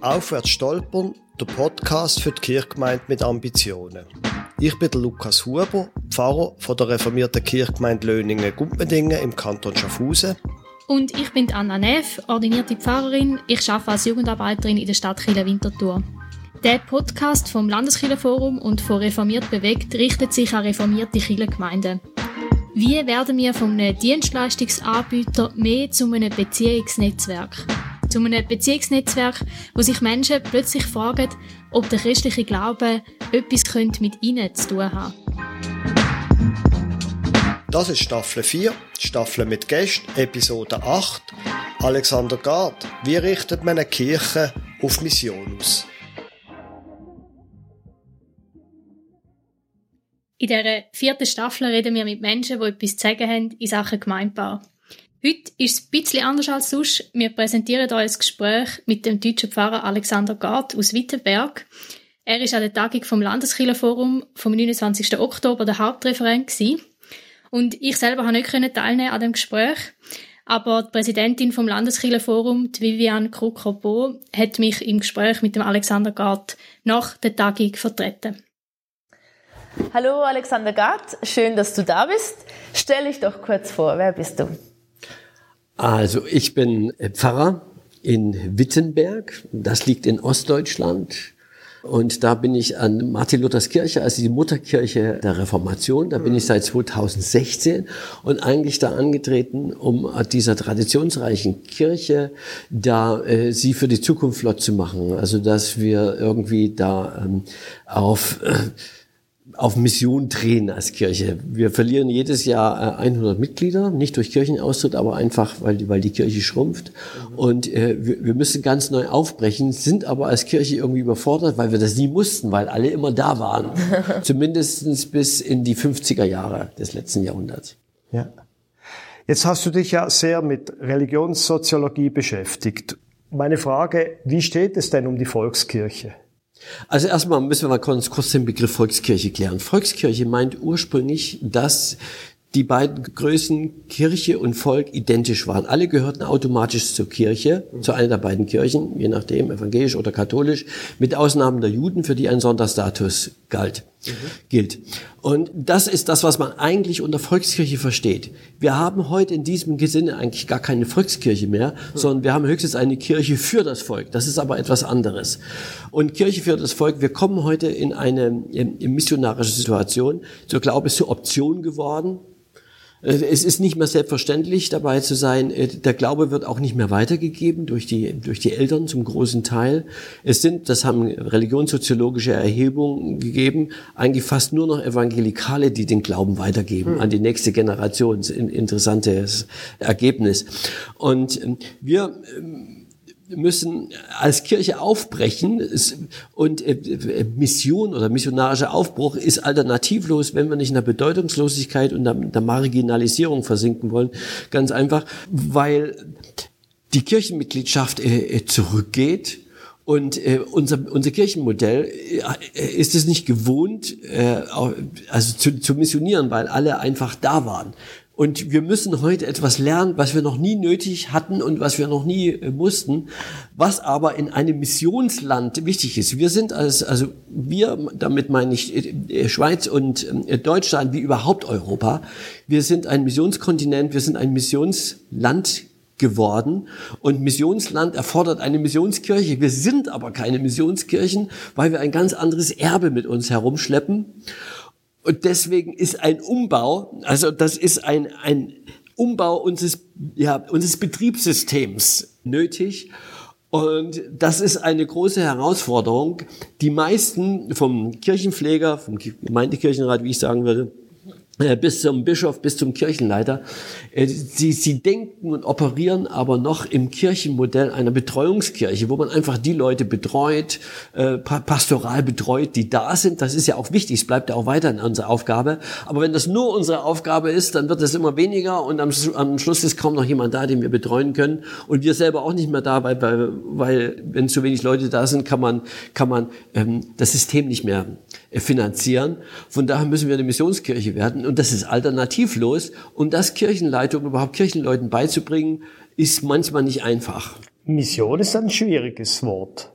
Aufwärts stolpern, der Podcast für die Kirchgemeinde mit Ambitionen. Ich bin der Lukas Huber, Pfarrer von der reformierten Kirchgemeinde Löningen-Gumpendingen im Kanton Schaffhausen. Und ich bin Anna Neff, ordinierte Pfarrerin. Ich arbeite als Jugendarbeiterin in der Stadtkirche Winterthur. Der Podcast vom Landeskirchenforum und von Reformiert bewegt richtet sich an reformierte Kirchengemeinden. Wie werden wir von einem Dienstleistungsanbieter mehr zu einem Beziehungsnetzwerk? Zu einem Beziehungsnetzwerk, wo sich Menschen plötzlich fragen, ob der christliche Glaube etwas mit ihnen zu tun haben. Das ist Staffel 4, Staffel mit Gästen, Episode 8. Alexander Gard, wie richtet man eine Kirche auf Mission aus? In dieser 4. Staffel reden wir mit Menschen, die etwas zu sagen haben in Sachen Gemeindebau. Heute ist es ein bisschen anders als sonst. Wir präsentieren euch ein Gespräch mit dem deutschen Pfarrer Alexander Gard aus Wittenberg. Er war an der Tagung vom Landeskirchenforum vom 29. Oktober der Hauptreferent gewesen. Und ich selber konnte nicht teilnehmen an dem Gespräch. Aber die Präsidentin vom Landeskirchenforum, Viviane Krukopo, hat mich im Gespräch mit dem Alexander Gard nach der Tagung vertreten. Hallo Alexander Gard, schön, dass du da bist. Stell dich doch kurz vor, wer bist du? Also ich bin Pfarrer in Wittenberg, das liegt in Ostdeutschland. Und da bin ich an Martin-Luthers-Kirche, also die Mutterkirche der Reformation. Da bin ich seit 2016 und eigentlich da angetreten, um dieser traditionsreichen Kirche da sie für die Zukunft flott zu machen. Also dass wir irgendwie da auf Mission drehen als Kirche. Wir verlieren jedes Jahr 100 Mitglieder, nicht durch Kirchenaustritt, aber einfach, weil die Kirche schrumpft. Und wir müssen ganz neu aufbrechen, sind aber als Kirche irgendwie überfordert, weil wir das nie mussten, weil alle immer da waren. Zumindest bis in die 50er Jahre des letzten Jahrhunderts. Ja. Jetzt hast du dich ja sehr mit Religionssoziologie beschäftigt. Meine Frage, wie steht es denn um die Volkskirche? Also erstmal müssen wir mal kurz den Begriff Volkskirche klären. Volkskirche meint ursprünglich, dass die beiden Größen Kirche und Volk identisch waren. Alle gehörten automatisch zur Kirche, zu einer der beiden Kirchen, je nachdem, evangelisch oder katholisch, mit Ausnahmen der Juden, für die ein Sonderstatus gilt. Und das ist das, was man eigentlich unter Volkskirche versteht. Wir haben heute in diesem Sinne eigentlich gar keine Volkskirche mehr, sondern wir haben höchstens eine Kirche für das Volk. Das ist aber etwas anderes. Und Kirche für das Volk, wir kommen heute in eine missionarische Situation. Der Glaube ist zur Option geworden. Es ist nicht mehr selbstverständlich, dabei zu sein. Der Glaube wird auch nicht mehr weitergegeben durch die Eltern zum großen Teil. Das haben religionssoziologische Erhebungen gegeben, eigentlich fast nur noch Evangelikale, die den Glauben weitergeben an die nächste Generation. Das ist ein interessantes Ergebnis. Und wir müssen als Kirche aufbrechen und Mission oder missionarischer Aufbruch ist alternativlos, wenn wir nicht in der Bedeutungslosigkeit und der Marginalisierung versinken wollen. Ganz einfach, weil die Kirchenmitgliedschaft zurückgeht. Und unser Kirchenmodell ist es nicht gewohnt, also zu missionieren, weil alle einfach da waren. Und wir müssen heute etwas lernen, was wir noch nie nötig hatten und was wir noch nie mussten, was aber in einem Missionsland wichtig ist. Wir sind damit meine ich Schweiz und Deutschland wie überhaupt Europa. Wir sind ein Missionskontinent, wir sind ein Missionsland geworden und Missionsland erfordert eine Missionskirche. Wir sind aber keine Missionskirchen, weil wir ein ganz anderes Erbe mit uns herumschleppen. Und deswegen ist ein Umbau, also das ist ein Umbau unseres Betriebssystems nötig. Und das ist eine große Herausforderung. Die meisten vom Kirchenpfleger, vom Gemeindekirchenrat, wie ich sagen würde, bis zum Bischof, bis zum Kirchenleiter. Sie denken und operieren aber noch im Kirchenmodell einer Betreuungskirche, wo man einfach die Leute betreut, pastoral betreut, die da sind. Das ist ja auch wichtig, es bleibt ja auch weiterhin unsere Aufgabe. Aber wenn das nur unsere Aufgabe ist, dann wird es immer weniger und am Schluss ist kaum noch jemand da, den wir betreuen können. Und wir selber auch nicht mehr da, weil wenn zu wenig Leute da sind, kann man das System nicht mehr finanzieren. Von daher müssen wir eine Missionskirche werden. Und das ist alternativlos. Und das Kirchenleitung überhaupt Kirchenleuten beizubringen, ist manchmal nicht einfach. Mission ist ein schwieriges Wort.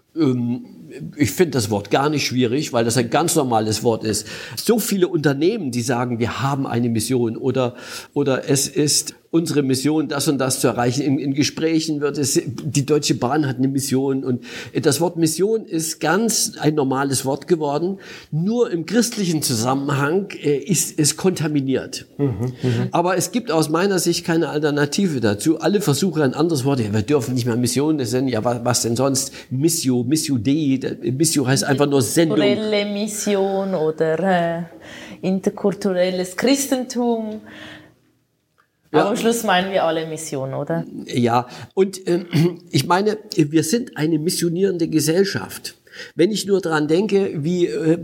Ich finde das Wort gar nicht schwierig, weil das ein ganz normales Wort ist. So viele Unternehmen, die sagen, wir haben eine Mission oder es ist unsere Mission, das und das zu erreichen. In Gesprächen wird es, die Deutsche Bahn hat eine Mission und das Wort Mission ist ganz ein normales Wort geworden. Nur im christlichen Zusammenhang ist es kontaminiert. Aber es gibt aus meiner Sicht keine Alternative dazu. Alle versuchen ein anderes Wort. Ja, wir dürfen nicht mehr Mission nennen. Ja, was denn sonst? Missio Dei. Missio heißt einfach nur Sendung. Kulturelle Mission oder interkulturelles Christentum. Ja. Aber am Schluss meinen wir alle Mission, oder? Ja, und ich meine, wir sind eine missionierende Gesellschaft. Wenn ich nur daran denke, wie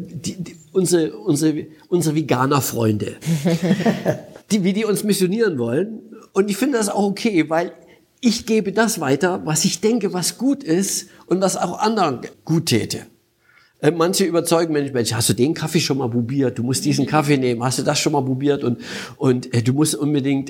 unsere Veganer-Freunde, wie die uns missionieren wollen. Und ich finde das auch okay, weil ich gebe das weiter, was ich denke, was gut ist und was auch anderen gut täte. Manche überzeugen, Mensch, hast du den Kaffee schon mal probiert? Du musst diesen Kaffee nehmen. Hast du das schon mal probiert? Und du musst unbedingt,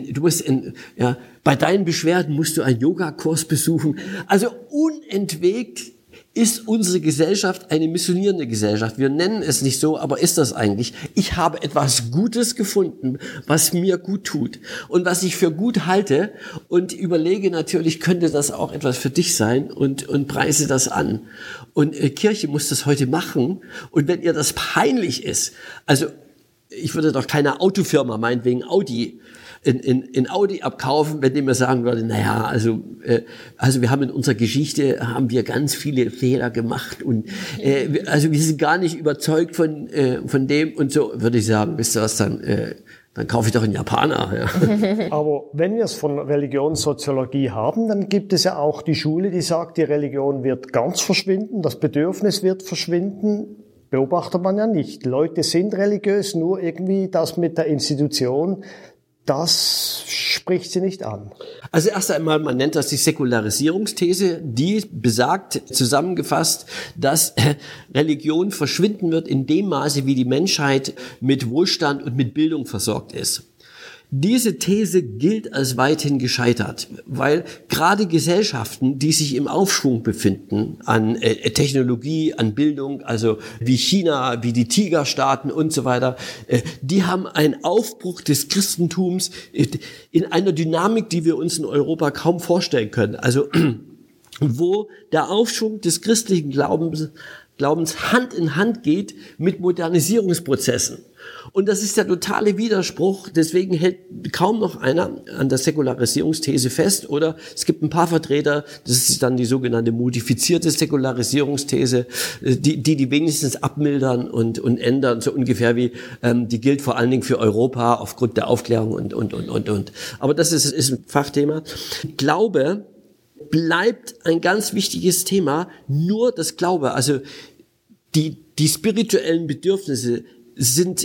bei deinen Beschwerden musst du einen Yogakurs besuchen. Also unentwegt ist unsere Gesellschaft eine missionierende Gesellschaft. Wir nennen es nicht so, aber ist das eigentlich? Ich habe etwas Gutes gefunden, was mir gut tut und was ich für gut halte und überlege natürlich, könnte das auch etwas für dich sein und preise das an. Und Kirche muss das heute machen. Und wenn ihr das peinlich ist, also ich würde doch keine Autofirma, meinetwegen Audi, in Audi abkaufen, wenn die mir sagen würde, naja, also wir haben in unserer Geschichte, haben wir ganz viele Fehler gemacht und also wir sind gar nicht überzeugt von dem und so, würde ich sagen, wisst ihr was, dann kaufe ich doch einen Japaner. Ja. Aber wenn wir es von Religionssoziologie haben, dann gibt es ja auch die Schule, die sagt, die Religion wird ganz verschwinden, das Bedürfnis wird verschwinden. Beobachtet man ja nicht. Leute sind religiös, nur irgendwie das mit der Institution, das spricht sie nicht an. Also erst einmal, man nennt das die Säkularisierungsthese, die besagt, zusammengefasst, dass Religion verschwinden wird in dem Maße, wie die Menschheit mit Wohlstand und mit Bildung versorgt ist. Diese These gilt als weithin gescheitert, weil gerade Gesellschaften, die sich im Aufschwung befinden an Technologie, an Bildung, also wie China, wie die Tigerstaaten und so weiter, die haben einen Aufbruch des Christentums in einer Dynamik, die wir uns in Europa kaum vorstellen können. Also wo der Aufschwung des christlichen Glaubens Hand in Hand geht mit Modernisierungsprozessen. Und das ist der totale Widerspruch. Deswegen hält kaum noch einer an der Säkularisierungsthese fest. Oder es gibt ein paar Vertreter, das ist dann die sogenannte modifizierte Säkularisierungsthese, die wenigstens abmildern und ändern, so ungefähr wie die gilt vor allen Dingen für Europa aufgrund der Aufklärung und. Aber das ist ein Fachthema. Glaube bleibt ein ganz wichtiges Thema. Nur das Glaube, also die spirituellen Bedürfnisse sind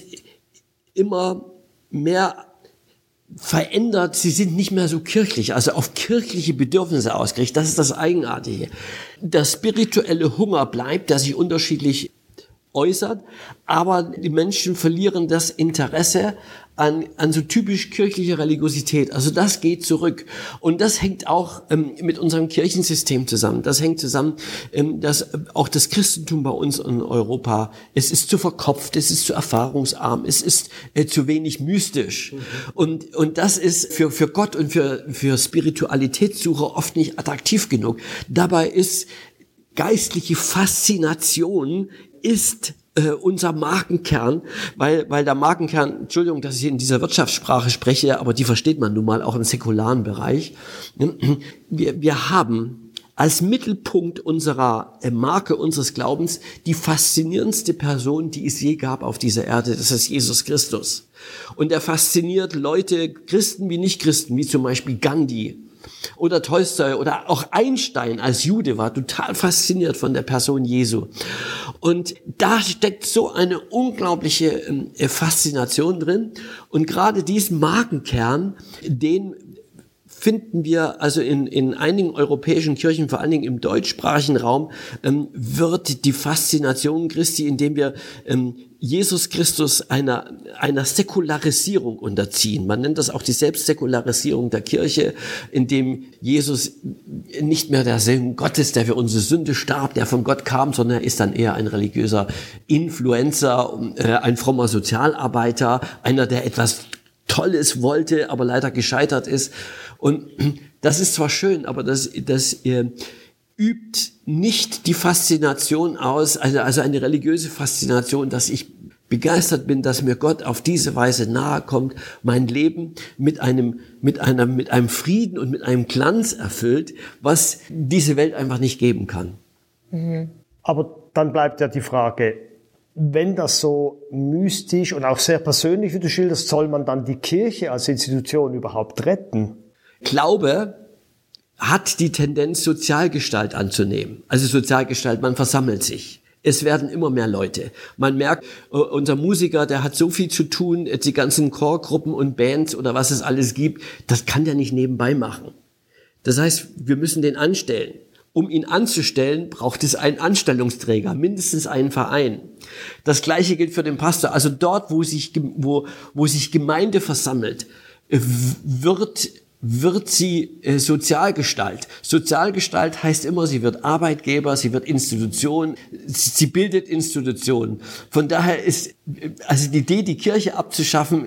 immer mehr verändert, sie sind nicht mehr so kirchlich, also auf kirchliche Bedürfnisse ausgerichtet. Das ist das Eigenartige. Der spirituelle Hunger bleibt, der sich unterschiedlich äußert, aber die Menschen verlieren das Interesse an so typisch kirchlicher Religiosität. Also das geht zurück. Und das hängt auch mit unserem Kirchensystem zusammen. Das hängt zusammen, dass auch das Christentum bei uns in Europa, es ist zu verkopft, es ist zu erfahrungsarm, es ist zu wenig mystisch. Und das ist für Gott und für Spiritualitätssucher oft nicht attraktiv genug. Dabei ist geistliche Faszination ist unser Markenkern, weil der Markenkern, Entschuldigung, dass ich in dieser Wirtschaftssprache spreche, aber die versteht man nun mal auch im säkularen Bereich. Wir haben als Mittelpunkt unserer Marke, unseres Glaubens, die faszinierendste Person, die es je gab auf dieser Erde, das ist Jesus Christus. Und er fasziniert Leute, Christen wie Nicht-Christen, wie zum Beispiel Gandhi oder Tolstoi oder auch Einstein als Jude war total fasziniert von der Person Jesu. Und da steckt so eine unglaubliche Faszination drin. Und gerade diesen Markenkern, den finden wir also in einigen europäischen Kirchen, vor allen Dingen im deutschsprachigen Raum, wird die Faszination Christi, indem wir Jesus Christus einer Säkularisierung unterziehen. Man nennt das auch die Selbstsäkularisierung der Kirche, indem Jesus nicht mehr der Sohn Gottes, der für unsere Sünde starb, der von Gott kam, sondern er ist dann eher ein religiöser Influencer, ein frommer Sozialarbeiter, einer, der etwas Tolles wollte, aber leider gescheitert ist. Und das ist zwar schön, aber das übt nicht die Faszination aus, also eine religiöse Faszination, dass ich begeistert bin, dass mir Gott auf diese Weise nahe kommt, mein Leben mit einem Frieden und mit einem Glanz erfüllt, was diese Welt einfach nicht geben kann. Mhm. Aber dann bleibt ja die Frage, wenn das so mystisch und auch sehr persönlich, wie du schilderst, soll man dann die Kirche als Institution überhaupt retten? Glaube hat die Tendenz, Sozialgestalt anzunehmen. Also Sozialgestalt, man versammelt sich. Es werden immer mehr Leute. Man merkt, unser Musiker, der hat so viel zu tun, die ganzen Chorgruppen und Bands oder was es alles gibt, das kann der nicht nebenbei machen. Das heißt, wir müssen den anstellen. Um ihn anzustellen, braucht es einen Anstellungsträger, mindestens einen Verein. Das Gleiche gilt für den Pastor. Also dort, wo sich Gemeinde versammelt, wird sie Sozialgestalt. Sozialgestalt heißt immer, sie wird Arbeitgeber, sie wird Institution, sie bildet Institutionen. Von daher ist, also die Idee, die Kirche abzuschaffen,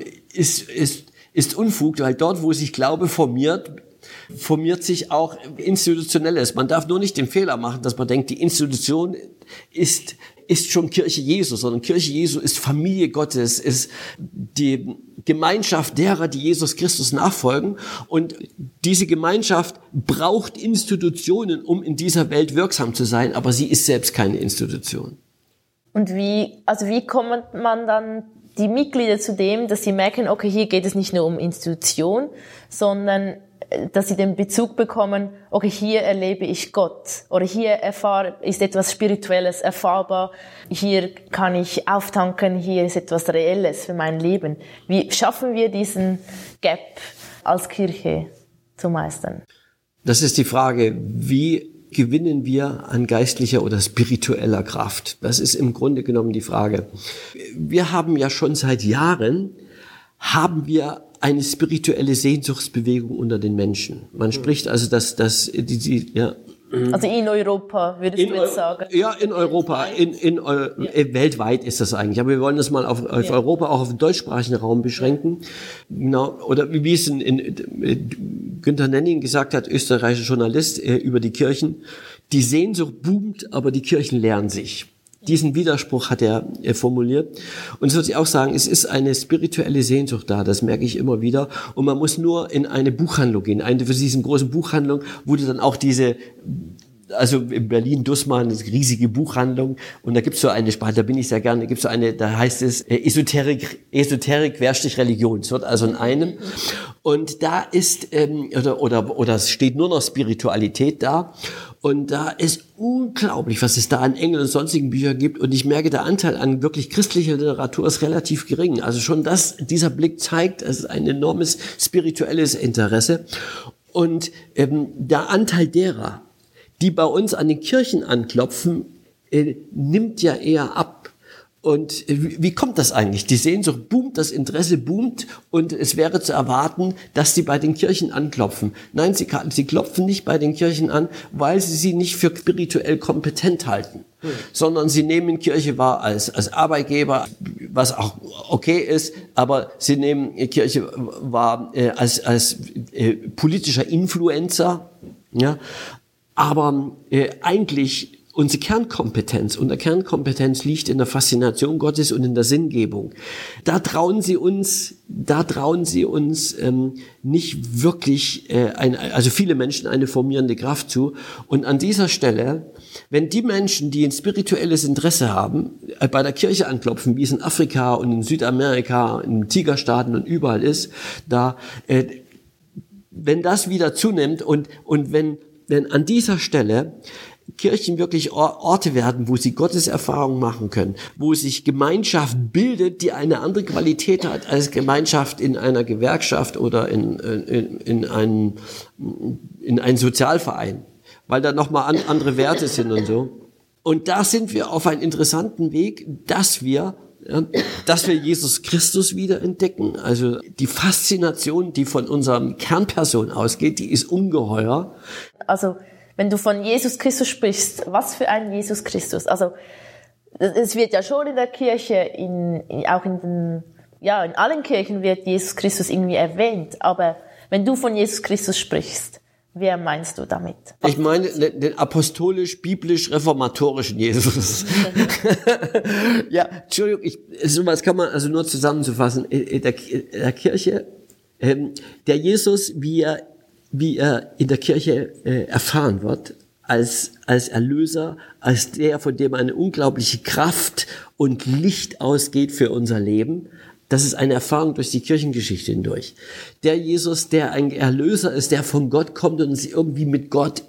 ist Unfug, weil dort, wo sich Glaube formiert sich auch Institutionelles. Man darf nur nicht den Fehler machen, dass man denkt, die Institution ist schon Kirche Jesu, sondern Kirche Jesu ist Familie Gottes, ist die Gemeinschaft derer, die Jesus Christus nachfolgen. Und diese Gemeinschaft braucht Institutionen, um in dieser Welt wirksam zu sein, aber sie ist selbst keine Institution. Und wie kommt man dann die Mitglieder zu dem, dass sie merken, okay, hier geht es nicht nur um Institution, sondern dass sie den Bezug bekommen, okay, hier erlebe ich Gott oder hier ist etwas Spirituelles erfahrbar, hier kann ich auftanken, hier ist etwas Reelles für mein Leben. Wie schaffen wir diesen Gap als Kirche zu meistern? Das ist die Frage, wie gewinnen wir an geistlicher oder spiritueller Kraft? Das ist im Grunde genommen die Frage. Wir haben ja schon seit Jahren, eine spirituelle Sehnsuchtsbewegung unter den Menschen. Man spricht also, dass ja. Also in Europa, würdest du jetzt sagen? Ja, in Europa, weltweit ist das eigentlich. Aber wir wollen das mal auf Europa, auch auf den deutschsprachigen Raum beschränken. Genau. Oder wie es Günther Nenning gesagt hat, österreichischer Journalist, über die Kirchen. Die Sehnsucht boomt, aber die Kirchen leeren sich. Diesen Widerspruch hat er formuliert. Und so würde ich auch sagen, es ist eine spirituelle Sehnsucht da, das merke ich immer wieder. Und man muss nur in eine Buchhandlung gehen, eine für diesen großen Buchhandlung, wo du dann auch also in Berlin, Dussmann, eine riesige Buchhandlung. Und da gibt's so eine Sparte, da bin ich sehr gerne, da gibt's so eine, da heißt es Esoterik Religion. Es wird also in einem. Und da ist, oder es steht nur noch Spiritualität da. Und da ist unglaublich, was es da an Engeln und sonstigen Büchern gibt. Und ich merke, der Anteil an wirklich christlicher Literatur ist relativ gering. Also schon dieser Blick zeigt, es ist ein enormes spirituelles Interesse. Und der Anteil derer, die bei uns an den Kirchen anklopfen, nimmt ja eher ab. Und wie kommt das eigentlich? Die Sehnsucht boomt, das Interesse boomt und es wäre zu erwarten, dass sie bei den Kirchen anklopfen. Nein, sie klopfen nicht bei den Kirchen an, weil sie nicht für spirituell kompetent halten, sondern sie nehmen Kirche wahr als Arbeitgeber, was auch okay ist, aber sie nehmen Kirche wahr als politischer Influencer, ja. Aber eigentlich unsere Kernkompetenz, und der Kernkompetenz liegt in der Faszination Gottes und in der Sinngebung. Da trauen sie uns nicht wirklich, also viele Menschen eine formierende Kraft zu. Und an dieser Stelle, wenn die Menschen, die ein spirituelles Interesse haben, bei der Kirche anklopfen, wie es in Afrika und in Südamerika, in den Tigerstaaten und überall ist, wenn das wieder zunimmt und wenn an dieser Stelle Kirchen wirklich Orte werden, wo sie Gotteserfahrung machen können, wo sich Gemeinschaft bildet, die eine andere Qualität hat als Gemeinschaft in einer Gewerkschaft oder in einen Sozialverein, weil da nochmal andere Werte sind und so. Und da sind wir auf einem interessanten Weg, dass wir Jesus Christus wieder entdecken. Also die Faszination, die von unserer Kernperson ausgeht, die ist ungeheuer. Also wenn du von Jesus Christus sprichst, was für ein Jesus Christus? Also es wird ja schon in der Kirche, auch in allen Kirchen wird Jesus Christus irgendwie erwähnt. Aber wenn du von Jesus Christus sprichst, wer meinst du damit? Ich meine den apostolisch-biblisch-reformatorischen Jesus. Ja, Entschuldigung, sowas kann man also nur zusammenzufassen. In der Kirche, der Jesus, wie er in der Kirche erfahren wird, als Erlöser, als der, von dem eine unglaubliche Kraft und Licht ausgeht für unser Leben. Das ist eine Erfahrung durch die Kirchengeschichte hindurch. Der Jesus, der ein Erlöser ist, der von Gott kommt und uns irgendwie mit Gott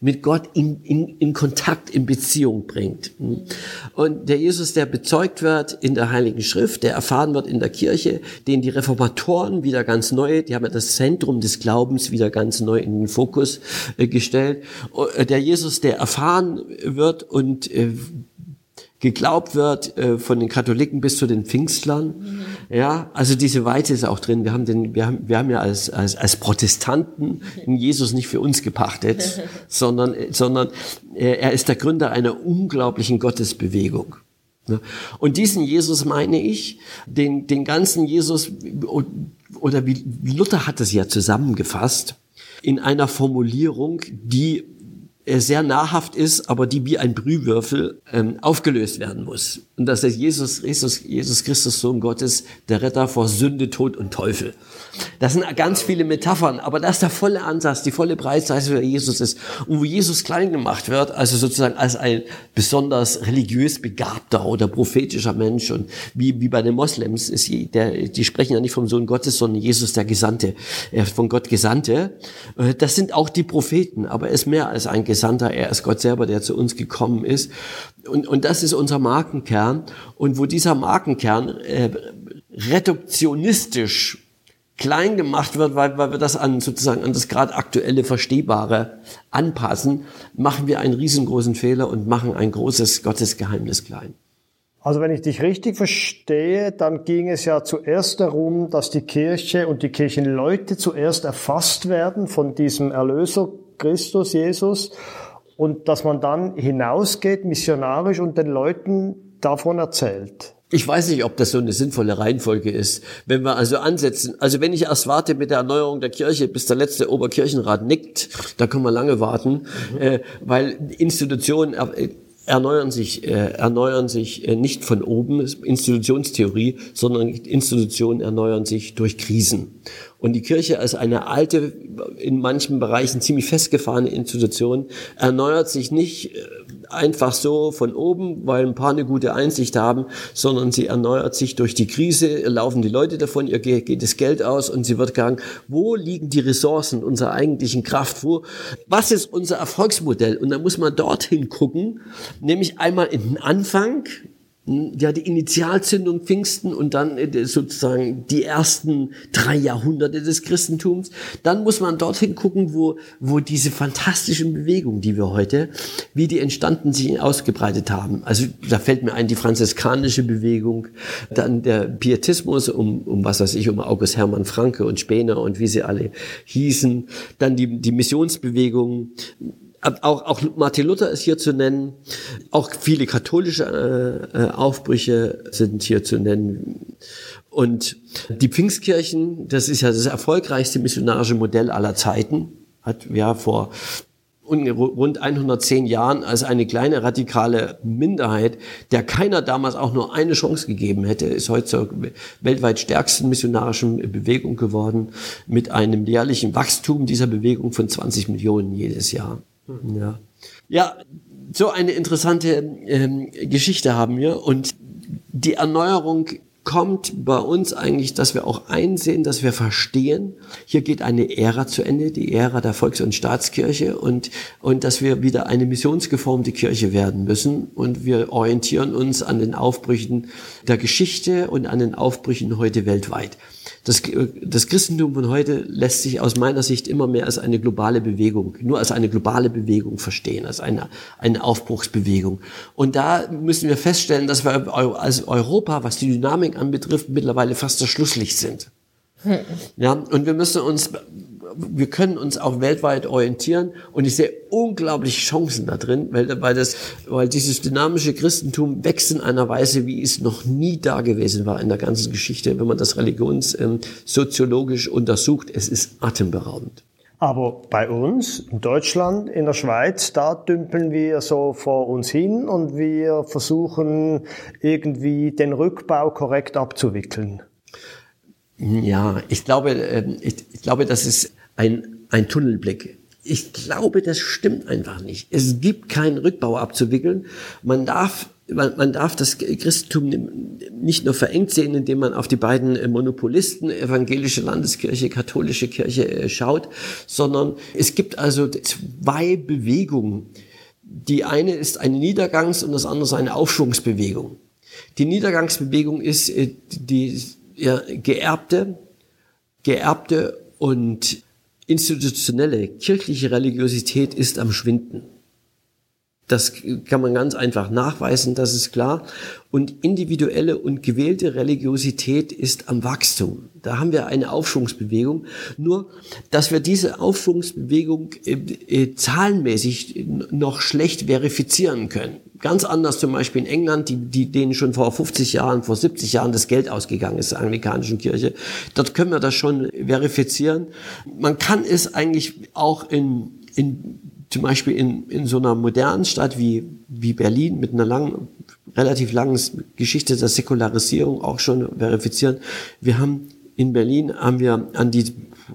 in Kontakt, in Beziehung bringt. Und der Jesus, der bezeugt wird in der Heiligen Schrift, der erfahren wird in der Kirche, den die Reformatoren wieder ganz neu, die haben ja das Zentrum des Glaubens wieder ganz neu in den Fokus gestellt. Der Jesus, der erfahren wird und geglaubt wird von den Katholiken bis zu den Pfingstlern. Ja, also diese Weite ist auch drin. Wir haben ja als Protestanten Jesus nicht für uns gepachtet, sondern er ist der Gründer einer unglaublichen Gottesbewegung. Und diesen Jesus meine ich, den ganzen Jesus, oder wie Luther hat es ja zusammengefasst, in einer Formulierung, die sehr nahrhaft ist, aber die wie ein Brühwürfel aufgelöst werden muss. Und das ist Jesus Christus, Sohn Gottes, der Retter vor Sünde, Tod und Teufel. Das sind ganz viele Metaphern, aber das ist der volle Ansatz, die volle Preisweise, wer Jesus ist. Und wo Jesus klein gemacht wird, also sozusagen als ein besonders religiös begabter oder prophetischer Mensch. Und wie bei den Moslems, die sprechen ja nicht vom Sohn Gottes, sondern Jesus der Gesandte, von Gott Gesandte. Das sind auch die Propheten, aber er ist mehr als ein Gesandter, er ist Gott selber, der zu uns gekommen ist. Und das ist unser Markenkern. Und wo dieser Markenkern reduktionistisch klein gemacht wird, weil wir das an das gerade aktuelle Verstehbare anpassen, machen wir einen riesengroßen Fehler und machen ein großes Gottesgeheimnis klein. Also wenn ich dich richtig verstehe, dann ging es ja zuerst darum, dass die Kirche und die Kirchenleute zuerst erfasst werden von diesem Erlöser Christus, Jesus, und dass man dann hinausgeht, missionarisch, und den Leuten davon erzählt. Ich weiß nicht, ob das so eine sinnvolle Reihenfolge ist. Wenn wir also ansetzen, also wenn ich erst warte mit der Erneuerung der Kirche, bis der letzte Oberkirchenrat nickt, da können wir lange warten, weil Institutionen erneuern sich nicht von oben, Institutionstheorie, sondern Institutionen erneuern sich durch Krisen. Und die Kirche als eine alte, in manchen Bereichen ziemlich festgefahrene Institution erneuert sich nicht einfach so von oben, weil ein paar eine gute Einsicht haben, sondern sie erneuert sich durch die Krise, laufen die Leute davon, ihr geht das Geld aus und sie wird sagen, wo liegen die Ressourcen unserer eigentlichen Kraft, was ist unser Erfolgsmodell? Und dann muss man dorthin gucken, nämlich einmal in den Anfang, ja, die Initialzündung Pfingsten und dann sozusagen die ersten 3 Jahrhunderte des Christentums. Dann muss man dorthin gucken, wo diese fantastischen Bewegungen, die wir heute, wie die entstanden, sich ausgebreitet haben. Also da fällt mir ein, die franziskanische Bewegung, dann der Pietismus um August Hermann Francke und Spener und wie sie alle hießen, dann die Missionsbewegung. Auch Martin Luther ist hier zu nennen, auch viele katholische Aufbrüche sind hier zu nennen. Und die Pfingstkirchen, das ist ja das erfolgreichste missionarische Modell aller Zeiten, hat ja vor rund 110 Jahren als eine kleine radikale Minderheit, der keiner damals auch nur eine Chance gegeben hätte, ist heute zur weltweit stärksten missionarischen Bewegung geworden, mit einem jährlichen Wachstum dieser Bewegung von 20 Millionen jedes Jahr. Ja, so eine interessante Geschichte haben wir, und die Erneuerung kommt bei uns eigentlich, dass wir auch einsehen, dass wir verstehen, hier geht eine Ära zu Ende, die Ära der Volks- und Staatskirche und dass wir wieder eine missionsgeformte Kirche werden müssen und wir orientieren uns an den Aufbrüchen der Geschichte und an den Aufbrüchen heute weltweit. Das Christentum von heute lässt sich aus meiner Sicht immer mehr als eine globale Bewegung, nur als eine globale Bewegung verstehen, als eine Aufbruchsbewegung. Und da müssen wir feststellen, dass wir als Europa, was die Dynamik anbetrifft, mittlerweile fast das Schlusslicht sind. Ja, und wir können uns auch weltweit orientieren und ich sehe unglaubliche Chancen da drin, weil dieses dynamische Christentum wächst in einer Weise, wie es noch nie da gewesen war in der ganzen Geschichte, wenn man das religionssoziologisch untersucht. Es ist atemberaubend. Aber bei uns, in Deutschland, in der Schweiz, da dümpeln wir so vor uns hin und wir versuchen irgendwie den Rückbau korrekt abzuwickeln. Ja, ich glaube, das ist ein Tunnelblick. Ich glaube, das stimmt einfach nicht. Es gibt keinen Rückbau abzuwickeln. Man darf das Christentum nicht nur verengt sehen, indem man auf die beiden Monopolisten, evangelische Landeskirche, katholische Kirche, schaut, sondern es gibt also zwei Bewegungen. Die eine ist eine Niedergangs- und das andere ist eine Aufschwungsbewegung. Die Niedergangsbewegung ist die geerbte und institutionelle kirchliche Religiosität ist am Schwinden. Das kann man ganz einfach nachweisen, das ist klar. Und individuelle und gewählte Religiosität ist am Wachstum. Da haben wir eine Aufschwungsbewegung. Nur, dass wir diese Aufschwungsbewegung zahlenmäßig noch schlecht verifizieren können. Ganz anders zum Beispiel in England, denen schon vor 50 Jahren, vor 70 Jahren das Geld ausgegangen ist, der anglikanischen Kirche. Dort können wir das schon verifizieren. Man kann es eigentlich auch zum Beispiel in so einer modernen Stadt wie Berlin mit einer relativ langen Geschichte der Säkularisierung auch schon verifizieren. In Berlin haben wir an die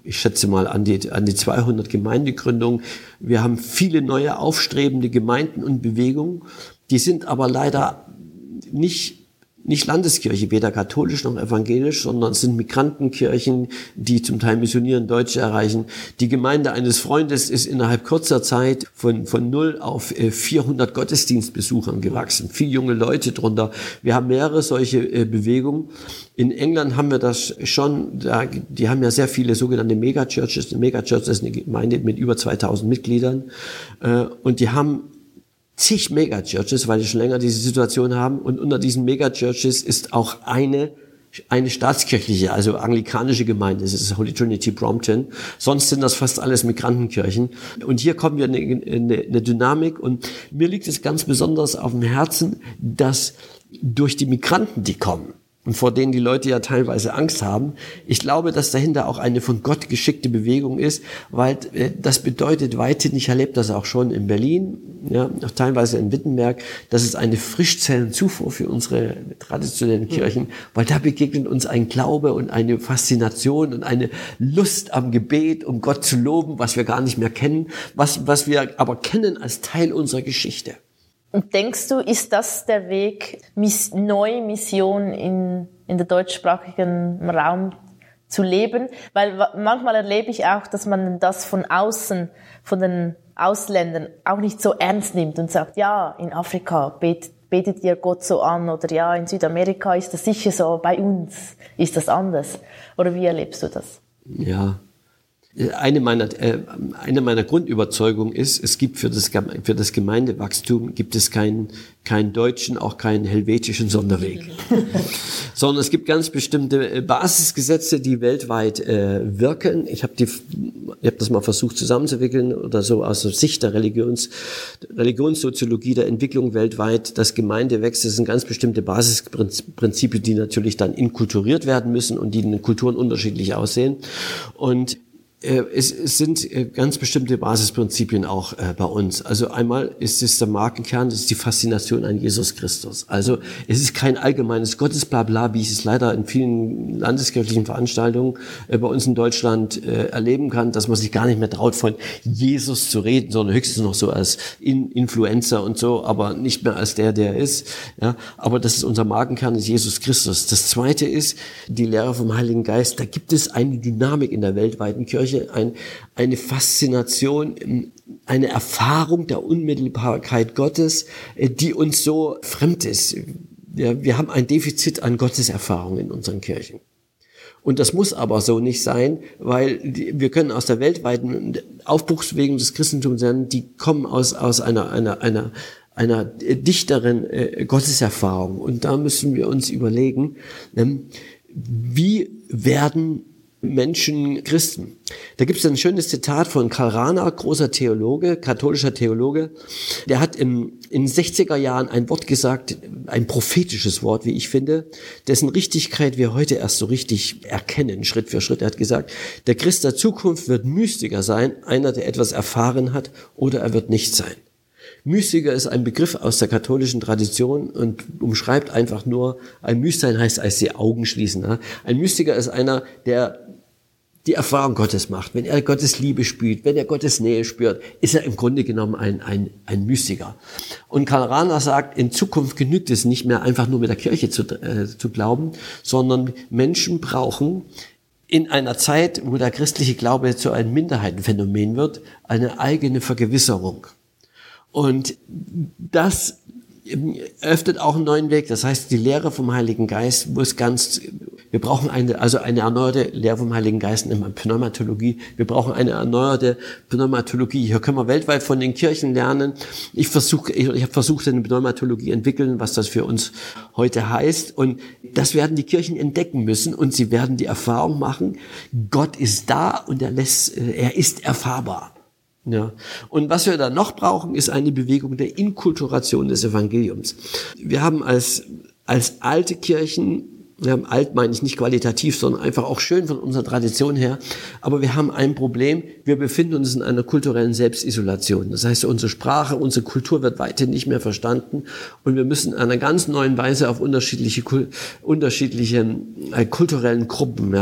200 Gemeindegründungen. Wir haben viele neue aufstrebende Gemeinden und Bewegungen. Die sind aber leider nicht Landeskirche, weder katholisch noch evangelisch, sondern es sind Migrantenkirchen, die zum Teil missionieren, Deutsche erreichen. Die Gemeinde eines Freundes ist innerhalb kurzer Zeit von 0 auf 400 Gottesdienstbesuchern gewachsen. Viele junge Leute drunter. Wir haben mehrere solche Bewegungen. In England haben wir das schon, die haben ja sehr viele sogenannte Megachurches. Eine Megachurch ist eine Gemeinde mit über 2000 Mitgliedern. Und die haben zig Megachurches, weil die schon länger diese Situation haben. Und unter diesen Megachurches ist auch eine staatskirchliche, also anglikanische Gemeinde. Das ist Holy Trinity Brompton. Sonst sind das fast alles Migrantenkirchen. Und hier kommen wir in eine Dynamik. Und mir liegt es ganz besonders auf dem Herzen, dass durch die Migranten, die kommen, und vor denen die Leute ja teilweise Angst haben. Ich glaube, dass dahinter auch eine von Gott geschickte Bewegung ist, weil das bedeutet weithin, ich erlebe das auch schon in Berlin, ja, auch teilweise in Wittenberg, das ist eine Frischzellenzufuhr für unsere traditionellen Kirchen, weil da begegnet uns ein Glaube und eine Faszination und eine Lust am Gebet, um Gott zu loben, was wir gar nicht mehr kennen, was wir aber kennen als Teil unserer Geschichte. Und denkst du, ist das der Weg, neue Mission in der deutschsprachigen Raum zu leben? Weil manchmal erlebe ich auch, dass man das von außen, von den Ausländern auch nicht so ernst nimmt und sagt, ja, in Afrika betet ihr Gott so an oder ja, in Südamerika ist das sicher so, bei uns ist das anders. Oder wie erlebst du das? Ja. Eine meiner Grundüberzeugungen ist, es gibt für das Gemeindewachstum gibt es keinen deutschen, auch keinen helvetischen Sonderweg. Sondern es gibt ganz bestimmte Basisgesetze, die weltweit wirken. Ich habe das mal versucht zusammenzuwickeln oder so aus der Sicht der Religionssoziologie der Entwicklung weltweit. Das Gemeindewachstum sind ganz bestimmte Basisprinzipien, die natürlich dann inkulturiert werden müssen und die in den Kulturen unterschiedlich aussehen. Und Es sind ganz bestimmte Basisprinzipien auch bei uns. Also einmal ist es der Markenkern, das ist die Faszination an Jesus Christus. Also es ist kein allgemeines Gottesblabla, wie ich es leider in vielen landeskirchlichen Veranstaltungen bei uns in Deutschland erleben kann, dass man sich gar nicht mehr traut, von Jesus zu reden, sondern höchstens noch so als Influencer und so, aber nicht mehr als der er ist. Ja, aber das ist unser Markenkern, ist Jesus Christus. Das Zweite ist die Lehre vom Heiligen Geist. Da gibt es eine Dynamik in der weltweiten Kirche, eine Faszination, eine Erfahrung der Unmittelbarkeit Gottes, die uns so fremd ist. Wir haben ein Defizit an Gotteserfahrung in unseren Kirchen. Und das muss aber so nicht sein, weil wir können aus der weltweiten Aufbruchsbewegung des Christentums lernen, die kommen aus einer dichteren Gotteserfahrung. Und da müssen wir uns überlegen, wie werden Menschen Christen? Da gibt es ein schönes Zitat von Karl Rahner, großer Theologe, katholischer Theologe. Der hat in den 60er Jahren ein Wort gesagt, ein prophetisches Wort, wie ich finde, dessen Richtigkeit wir heute erst so richtig erkennen, Schritt für Schritt. Er hat gesagt, der Christ der Zukunft wird Mystiker sein, einer, der etwas erfahren hat, oder er wird nicht sein. Mystiker ist ein Begriff aus der katholischen Tradition und umschreibt einfach nur, ein Mystein heißt, als die Augen schließen. Ein Mystiker ist einer, der die Erfahrung Gottes macht. Wenn er Gottes Liebe spürt, wenn er Gottes Nähe spürt, ist er im Grunde genommen ein Mystiker. Und Karl Rahner sagt, in Zukunft genügt es nicht mehr, einfach nur mit der Kirche zu glauben, sondern Menschen brauchen in einer Zeit, wo der christliche Glaube zu einem Minderheitenphänomen wird, eine eigene Vergewisserung. Und das öffnet auch einen neuen Weg. Das heißt, die Lehre vom Heiligen Geist wir brauchen eine erneuerte Lehre vom Heiligen Geist in der Pneumatologie. Wir brauchen eine erneuerte Pneumatologie. Hier können wir weltweit von den Kirchen lernen. Ich habe versucht, eine Pneumatologie entwickeln, was das für uns heute heißt. Und das werden die Kirchen entdecken müssen und sie werden die Erfahrung machen, Gott ist da und er ist erfahrbar. Ja. Und was wir dann noch brauchen, ist eine Bewegung der Inkulturation des Evangeliums. Wir haben als alte Kirchen, alt meine ich nicht qualitativ, sondern einfach auch schön von unserer Tradition her, aber wir haben ein Problem, wir befinden uns in einer kulturellen Selbstisolation. Das heißt, unsere Sprache, unsere Kultur wird weiterhin nicht mehr verstanden und wir müssen in einer ganz neuen Weise auf unterschiedliche kulturellen Gruppen,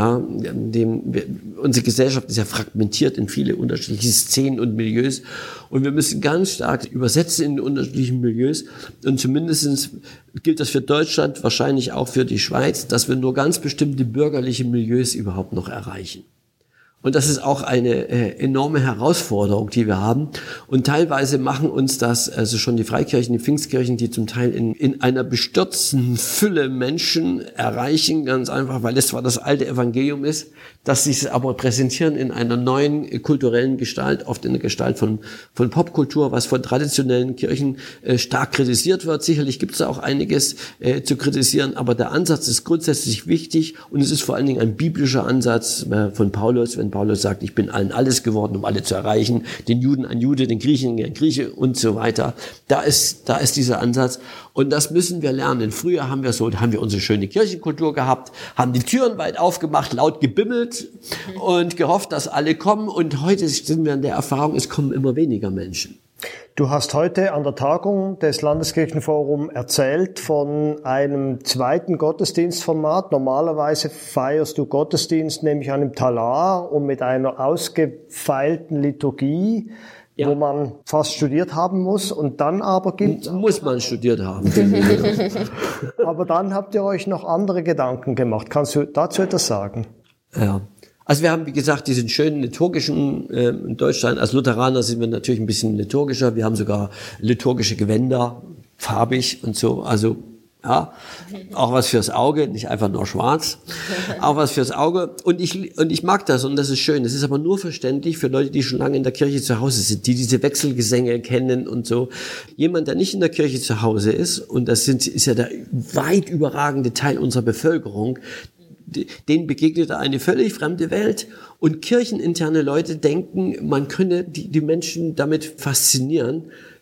unsere Gesellschaft ist ja fragmentiert in viele unterschiedliche Szenen und Milieus und wir müssen ganz stark übersetzen in die unterschiedlichen Milieus und zumindest gilt das für Deutschland, wahrscheinlich auch für die Schweiz, dass wir nur ganz bestimmte bürgerliche Milieus überhaupt noch erreichen. Und das ist auch eine enorme Herausforderung, die wir haben. Und teilweise machen uns das, also schon die Freikirchen, die Pfingstkirchen, die zum Teil in einer bestürzten Fülle Menschen erreichen, ganz einfach, weil es zwar das alte Evangelium ist, dass sie es aber präsentieren in einer neuen kulturellen Gestalt, oft in der Gestalt von Popkultur, was von traditionellen Kirchen stark kritisiert wird. Sicherlich gibt es da auch einiges zu kritisieren, aber der Ansatz ist grundsätzlich wichtig und es ist vor allen Dingen ein biblischer Ansatz von Paulus, wenn Paulus sagt, ich bin allen alles geworden, um alle zu erreichen, den Juden ein Jude, den Griechen ein Grieche und so weiter. Da ist dieser Ansatz und das müssen wir lernen. Früher haben wir unsere schöne Kirchenkultur gehabt, haben die Türen weit aufgemacht, laut gebimmelt und gehofft, dass alle kommen und heute sind wir in der Erfahrung, es kommen immer weniger Menschen. Du hast heute an der Tagung des Landeskirchenforums erzählt von einem zweiten Gottesdienstformat. Normalerweise feierst du Gottesdienst nämlich an einem Talar und mit einer ausgefeilten Liturgie, wo man fast studiert haben muss. Und dann aber muss man studiert haben. Aber dann habt ihr euch noch andere Gedanken gemacht. Kannst du dazu etwas sagen? Ja. Also wir haben, wie gesagt, diesen schönen liturgischen in Deutschland. Als Lutheraner sind wir natürlich ein bisschen liturgischer. Wir haben sogar liturgische Gewänder, farbig und so. Also ja, auch was fürs Auge, nicht einfach nur schwarz. Auch was fürs Auge. Und ich mag das und das ist schön. Es ist aber nur verständlich für Leute, die schon lange in der Kirche zu Hause sind, die diese Wechselgesänge kennen und so. Jemand, der nicht in der Kirche zu Hause ist, und das ist ja der weit überragende Teil unserer Bevölkerung, denen begegnet eine völlig fremde Welt und kircheninterne Leute denken, man könne die Menschen damit faszinieren,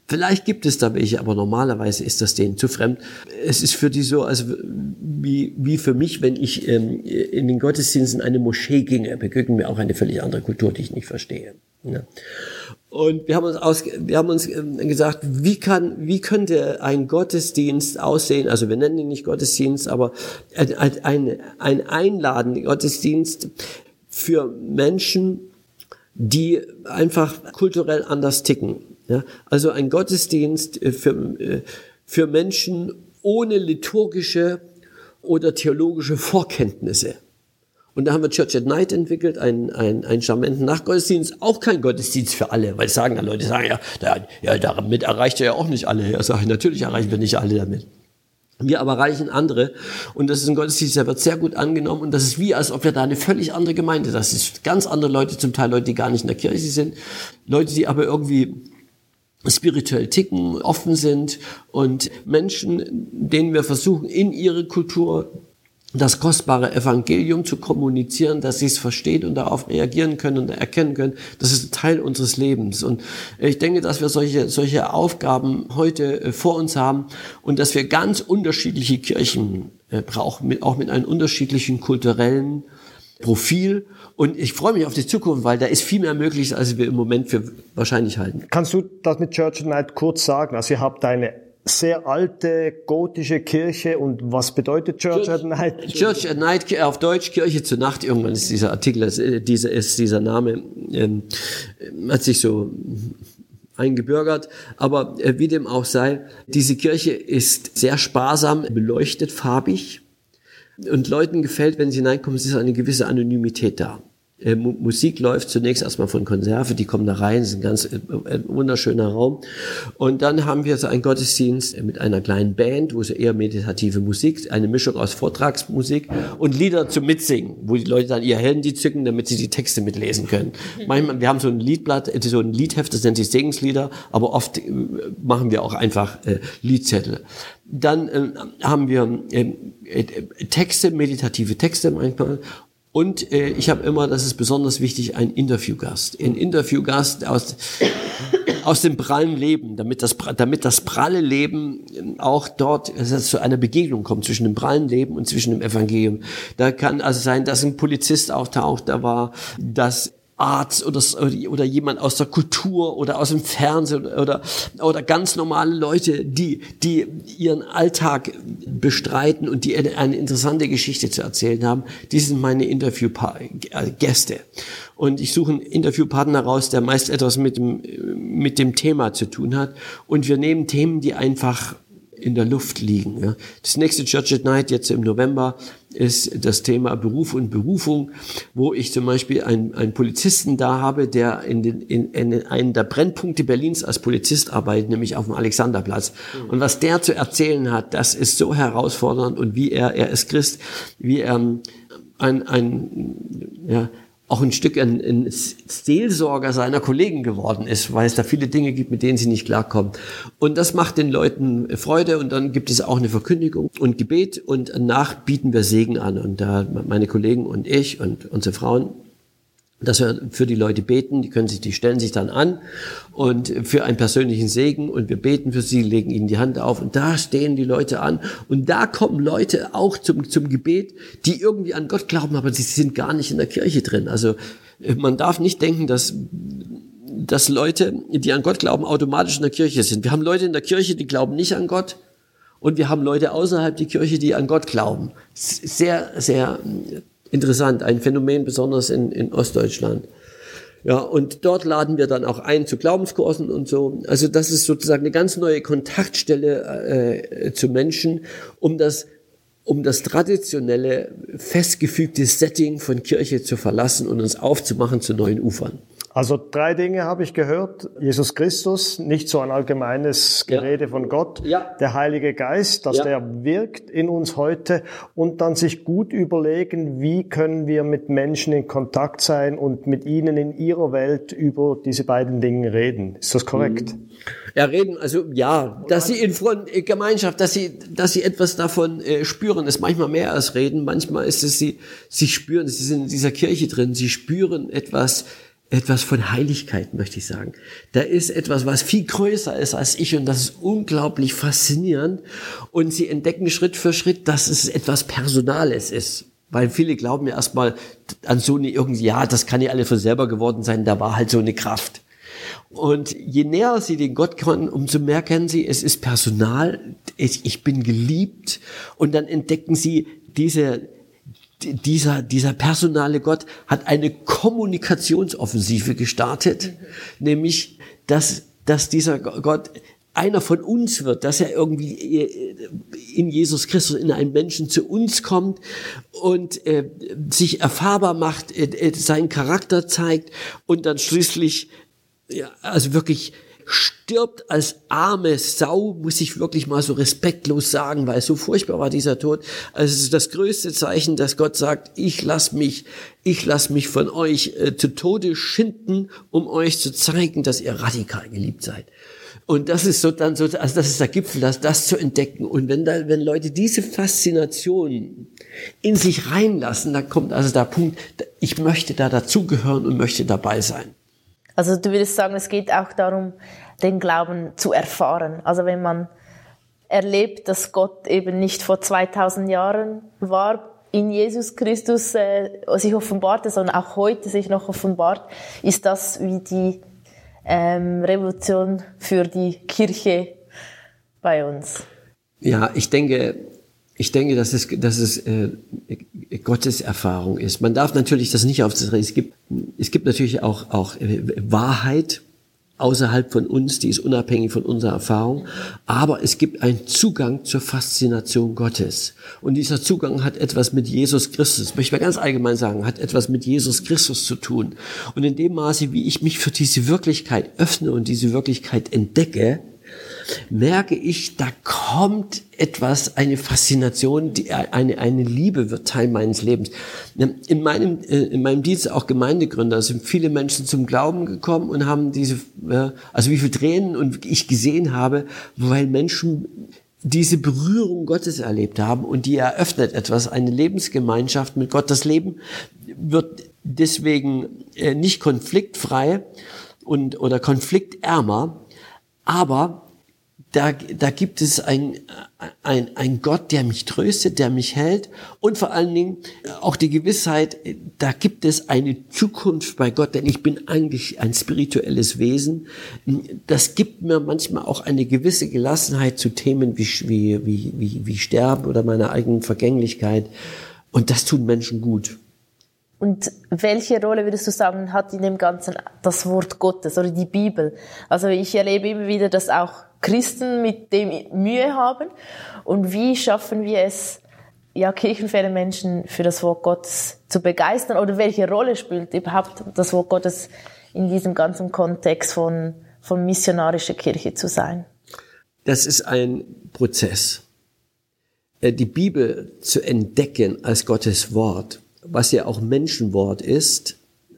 Vielleicht gibt es da welche, aber normalerweise ist das denen zu fremd. Es ist für die so, also wie für mich, wenn ich in den Gottesdiensten in eine Moschee ginge, begegnet mir auch eine völlig andere Kultur, die ich nicht verstehe. Ja. Und wir haben uns gesagt, wie könnte ein Gottesdienst aussehen? Also wir nennen ihn nicht Gottesdienst, aber ein einladender Gottesdienst für Menschen, die einfach kulturell anders ticken. Ja? Also ein Gottesdienst für Menschen ohne liturgische oder theologische Vorkenntnisse. Und da haben wir Church at Night entwickelt, einen charmanten Nachtgottesdienst, auch kein Gottesdienst für alle, weil Leute sagen, damit erreicht er ja auch nicht alle. Ja, sage ich, natürlich erreichen wir nicht alle damit. Wir aber erreichen andere. Und das ist ein Gottesdienst, der wird sehr gut angenommen. Und das ist wie, als ob wir da eine völlig andere Gemeinde, das ist ganz andere Leute, zum Teil Leute, die gar nicht in der Kirche sind, Leute, die aber irgendwie spirituell ticken, offen sind und Menschen, denen wir versuchen, in ihre Kultur das kostbare Evangelium zu kommunizieren, dass sie es verstehen und darauf reagieren können und erkennen können. Das ist ein Teil unseres Lebens. Und ich denke, dass wir solche Aufgaben heute vor uns haben und dass wir ganz unterschiedliche Kirchen brauchen, auch mit einem unterschiedlichen kulturellen Profil. Und ich freue mich auf die Zukunft, weil da ist viel mehr möglich, als wir im Moment für wahrscheinlich halten. Kannst du das mit Church at Night kurz sagen? Also ihr habt eine sehr alte gotische Kirche und was bedeutet Church at Night? Church at Night, auf Deutsch Kirche zur Nacht, irgendwann ist dieser Artikel, dieser Name, hat sich so eingebürgert, aber wie dem auch sei, diese Kirche ist sehr sparsam beleuchtet, farbig und Leuten gefällt, wenn sie hineinkommen, es ist eine gewisse Anonymität da. Musik läuft zunächst erstmal von Konserve, die kommen da rein, es ist ein wunderschöner Raum. Und dann haben wir so einen Gottesdienst mit einer kleinen Band, wo so eher meditative Musik, eine Mischung aus Vortragsmusik und Lieder zum Mitsingen, wo die Leute dann ihr Handy zücken, damit sie die Texte mitlesen können. Manchmal, wir haben so ein Liedblatt, so ein Liedheft, das nennt sich Segenslieder, aber oft machen wir auch einfach Liedzettel. Dann haben wir Texte, meditative Texte manchmal. Und ich habe immer, das ist besonders wichtig, einen Interviewgast. Ein Interviewgast aus dem prallen Leben, damit das pralle Leben auch dort zu einer Begegnung kommt zwischen dem prallen Leben und zwischen dem Evangelium. Da kann also sein, dass ein Polizist auftaucht, da war das Arzt oder jemand aus der Kultur oder aus dem Fernsehen oder ganz normale Leute, die ihren Alltag bestreiten und die eine interessante Geschichte zu erzählen haben. Die sind meine Interviewgäste. Und ich suche einen Interviewpartner raus, der meist etwas mit dem Thema zu tun hat. Und wir nehmen Themen, die einfach in der Luft liegen. Ja. Das nächste Church at Night jetzt im November ist das Thema Beruf und Berufung, wo ich zum Beispiel einen Polizisten da habe, der in einen der Brennpunkte Berlins als Polizist arbeitet, nämlich auf dem Alexanderplatz. Und was der zu erzählen hat, das ist so herausfordernd und wie er ist Christ, wie er auch ein Stück ein Seelsorger seiner Kollegen geworden ist, weil es da viele Dinge gibt, mit denen sie nicht klarkommen. Und das macht den Leuten Freude und dann gibt es auch eine Verkündigung und Gebet und danach bieten wir Segen an. Und da meine Kollegen und ich und unsere Frauen, dass wir für die Leute beten, die stellen sich dann an und für einen persönlichen Segen und wir beten für sie, legen ihnen die Hand auf und da stehen die Leute an und da kommen Leute auch zum Gebet, die irgendwie an Gott glauben, aber sie sind gar nicht in der Kirche drin. Also man darf nicht denken, dass Leute, die an Gott glauben, automatisch in der Kirche sind. Wir haben Leute in der Kirche, die glauben nicht an Gott und wir haben Leute außerhalb der Kirche, die an Gott glauben. Sehr, sehr interessant, ein Phänomen besonders in Ostdeutschland. Ja, und dort laden wir dann auch ein zu Glaubenskursen und so. Also das ist sozusagen eine ganz neue Kontaktstelle zu Menschen, um das traditionelle, festgefügte Setting von Kirche zu verlassen und uns aufzumachen zu neuen Ufern. Also 3 Dinge habe ich gehört. Jesus Christus, nicht so ein allgemeines Gerede von Gott. Ja. Der Heilige Geist, dass der wirkt in uns heute und dann sich gut überlegen, wie können wir mit Menschen in Kontakt sein und mit ihnen in ihrer Welt über diese beiden Dinge reden. Ist das korrekt? Ja, reden, also ja, dass sie in Gemeinschaft, dass sie etwas davon spüren, ist manchmal mehr als reden. Manchmal ist es sie spüren, sie sind in dieser Kirche drin, sie spüren etwas etwas von Heiligkeit, möchte ich sagen. Da ist etwas, was viel größer ist als ich und das ist unglaublich faszinierend. Und sie entdecken Schritt für Schritt, dass es etwas Personales ist. Weil viele glauben ja erstmal an so eine irgendwie, ja, das kann ja alle von selber geworden sein, da war halt so eine Kraft. Und je näher sie den Gott kennen, umso mehr kennen sie, es ist Personal, ich bin geliebt. Und dann entdecken sie, dieser personale Gott hat eine Kommunikationsoffensive gestartet, nämlich, dass dieser Gott einer von uns wird, dass er irgendwie in Jesus Christus, in einen Menschen zu uns kommt und sich erfahrbar macht, seinen Charakter zeigt und dann schließlich, ja, also wirklich stirbt als arme Sau, muss ich wirklich mal so respektlos sagen, weil so furchtbar war dieser Tod. Also es ist das größte Zeichen, dass Gott sagt, ich lass mich von euch zu Tode schinden, um euch zu zeigen, dass ihr radikal geliebt seid. Und das ist also das ist der Gipfel, das zu entdecken. Und wenn Leute diese Faszination in sich reinlassen, dann kommt also der Punkt, ich möchte da dazugehören und möchte dabei sein. Also du würdest sagen, es geht auch darum, den Glauben zu erfahren. Also wenn man erlebt, dass Gott eben nicht vor 2000 Jahren war, in Jesus Christus sich offenbarte, sondern auch heute sich noch offenbart, ist das wie die Revolution für die Kirche bei uns. Ja, ich denke, dass es Gottes Erfahrung ist. Man darf natürlich das nicht aufzureden. Es gibt natürlich auch Wahrheit außerhalb von uns, die ist unabhängig von unserer Erfahrung. Aber es gibt einen Zugang zur Faszination Gottes. Und dieser Zugang hat etwas mit Jesus Christus, möchte ich mal ganz allgemein sagen, hat etwas mit Jesus Christus zu tun. Und in dem Maße, wie ich mich für diese Wirklichkeit öffne und diese Wirklichkeit entdecke, merke ich, da kommt etwas, eine Faszination, eine Liebe wird Teil meines Lebens. In meinem Dienst auch Gemeindegründer sind viele Menschen zum Glauben gekommen und haben also wie viele Tränen und ich gesehen habe, weil Menschen diese Berührung Gottes erlebt haben und die eröffnet etwas, eine Lebensgemeinschaft mit Gott. Das Leben wird deswegen nicht konfliktfrei oder konfliktärmer, aber da gibt es ein Gott, der mich tröstet, der mich hält und vor allen Dingen auch die Gewissheit, da gibt es eine Zukunft bei Gott, denn ich bin eigentlich ein spirituelles Wesen. Das gibt mir manchmal auch eine gewisse Gelassenheit zu Themen wie Sterben oder meiner eigenen Vergänglichkeit und das tut Menschen gut. Und welche Rolle würdest du sagen, hat in dem Ganzen das Wort Gottes oder die Bibel? Also ich erlebe immer wieder, dass auch Christen mit dem Mühe haben. Und wie schaffen wir es, ja, kirchenferne Menschen für das Wort Gottes zu begeistern? Oder welche Rolle spielt überhaupt das Wort Gottes in diesem ganzen Kontext von missionarischer Kirche zu sein? Das ist ein Prozess. Die Bibel zu entdecken als Gottes Wort, was ja auch Menschenwort ist,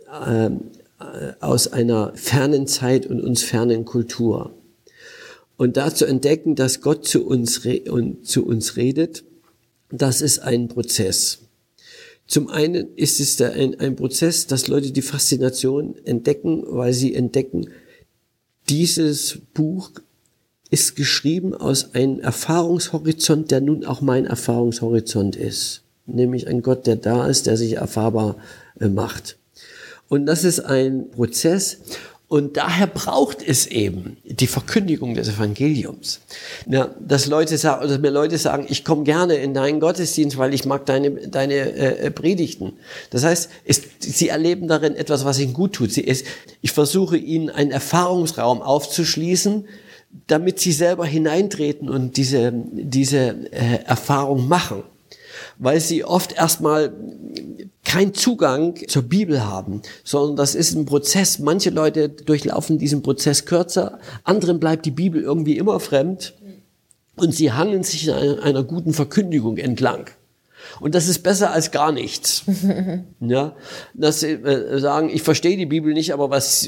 aus einer fernen Zeit und uns fernen Kultur. Und da zu entdecken, dass Gott zu uns redet, das ist ein Prozess. Zum einen ist es ein Prozess, dass Leute die Faszination entdecken, weil sie entdecken, dieses Buch ist geschrieben aus einem Erfahrungshorizont, der nun auch mein Erfahrungshorizont ist. Nämlich ein Gott, der da ist, der sich erfahrbar macht. Und das ist ein Prozess. Und daher braucht es eben die Verkündigung des Evangeliums. Ja, dass mir Leute sagen, ich komme gerne in deinen Gottesdienst, weil ich mag deine Predigten. Das heißt, sie erleben darin etwas, was ihnen gut tut. Ich versuche ihnen einen Erfahrungsraum aufzuschließen, damit sie selber hineintreten und diese Erfahrung machen. Weil sie oft erstmal keinen Zugang zur Bibel haben, sondern das ist ein Prozess. Manche Leute durchlaufen diesen Prozess kürzer, anderen bleibt die Bibel irgendwie immer fremd und sie hangeln sich in einer guten Verkündigung entlang. Und das ist besser als gar nichts. Ja, dass sie sagen, ich verstehe die Bibel nicht, aber was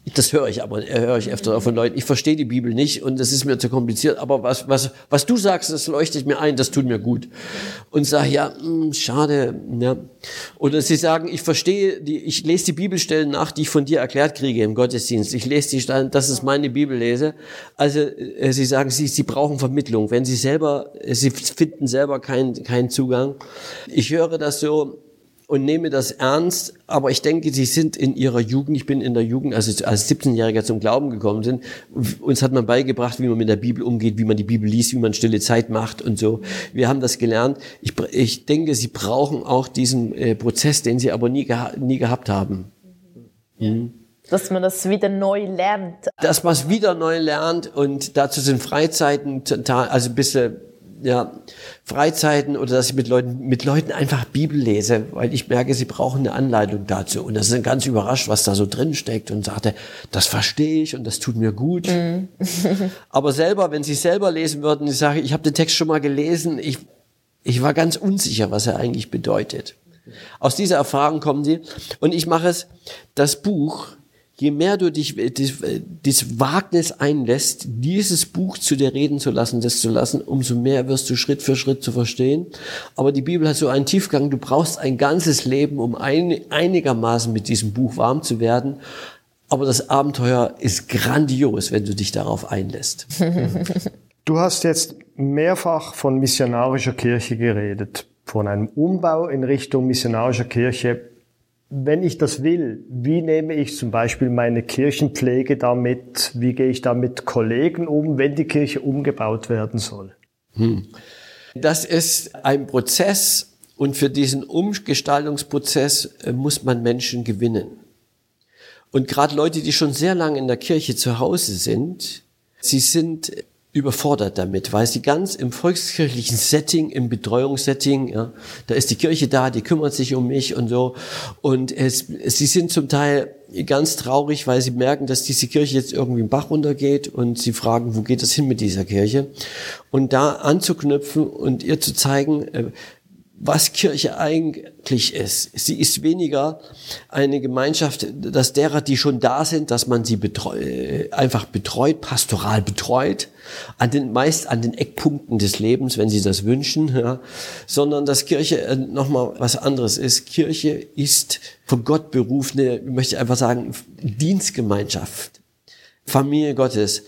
Das höre ich öfter von Leuten. Ich verstehe die Bibel nicht und das ist mir zu kompliziert. Aber was du sagst, das leuchtet mir ein, das tut mir gut. Und sage, ja, schade. Ja. Oder sie sagen, ich lese die Bibelstellen nach, die ich von dir erklärt kriege im Gottesdienst. Ich lese die Stellen, das ist meine Bibellese. Also sie sagen, sie brauchen Vermittlung. Wenn sie finden selber keinen Zugang. Ich höre das so und nehme das ernst, aber ich denke, sie sind in ihrer Jugend, ich bin in der Jugend, also als 17-Jähriger zum Glauben gekommen sind, uns hat man beigebracht, wie man mit der Bibel umgeht, wie man die Bibel liest, wie man stille Zeit macht und so. Wir haben das gelernt. Ich denke, sie brauchen auch diesen Prozess, den sie aber nie gehabt haben. Mhm. Dass man das wieder neu lernt. Dass man es wieder neu lernt und dazu sind Freizeiten, also ein bisschen Freizeiten oder dass ich mit Leuten einfach Bibel lese, weil ich merke, sie brauchen eine Anleitung dazu. Und das ist ganz überrascht, was da so drin steckt und sagte, das verstehe ich und das tut mir gut. Aber selber, wenn sie selber lesen würden, ich sage, ich habe den Text schon mal gelesen, ich war ganz unsicher, was er eigentlich bedeutet. Aus dieser Erfahrung kommen sie und ich mache das Buch. Je mehr du dich das Wagnis einlässt, dieses Buch zu dir reden zu lassen, umso mehr wirst du Schritt für Schritt zu verstehen. Aber die Bibel hat so einen Tiefgang, du brauchst ein ganzes Leben, um einigermaßen mit diesem Buch warm zu werden. Aber das Abenteuer ist grandios, wenn du dich darauf einlässt. Du hast jetzt mehrfach von missionarischer Kirche geredet, von einem Umbau in Richtung missionarischer Kirche. Wenn ich das will, wie nehme ich zum Beispiel meine Kirchenpflege damit? Wie gehe ich da mit Kollegen um, wenn die Kirche umgebaut werden soll? Das ist ein Prozess und für diesen Umgestaltungsprozess muss man Menschen gewinnen. Und gerade Leute, die schon sehr lange in der Kirche zu Hause sind, sie sind überfordert damit, weil sie ganz im volkskirchlichen Setting, im Betreuungssetting, ja, da ist die Kirche da, die kümmert sich um mich und so. Und sie sind zum Teil ganz traurig, weil sie merken, dass diese Kirche jetzt irgendwie im Bach runtergeht und sie fragen, wo geht das hin mit dieser Kirche? Und da anzuknüpfen und ihr zu zeigen, was Kirche eigentlich ist. Sie ist weniger eine Gemeinschaft, dass derer, die schon da sind, dass man sie einfach betreut, pastoral betreut, meist an den Eckpunkten des Lebens, wenn sie das wünschen, ja, sondern dass Kirche nochmal was anderes ist. Kirche ist von Gott berufene, möchte ich einfach sagen, Dienstgemeinschaft, Familie Gottes.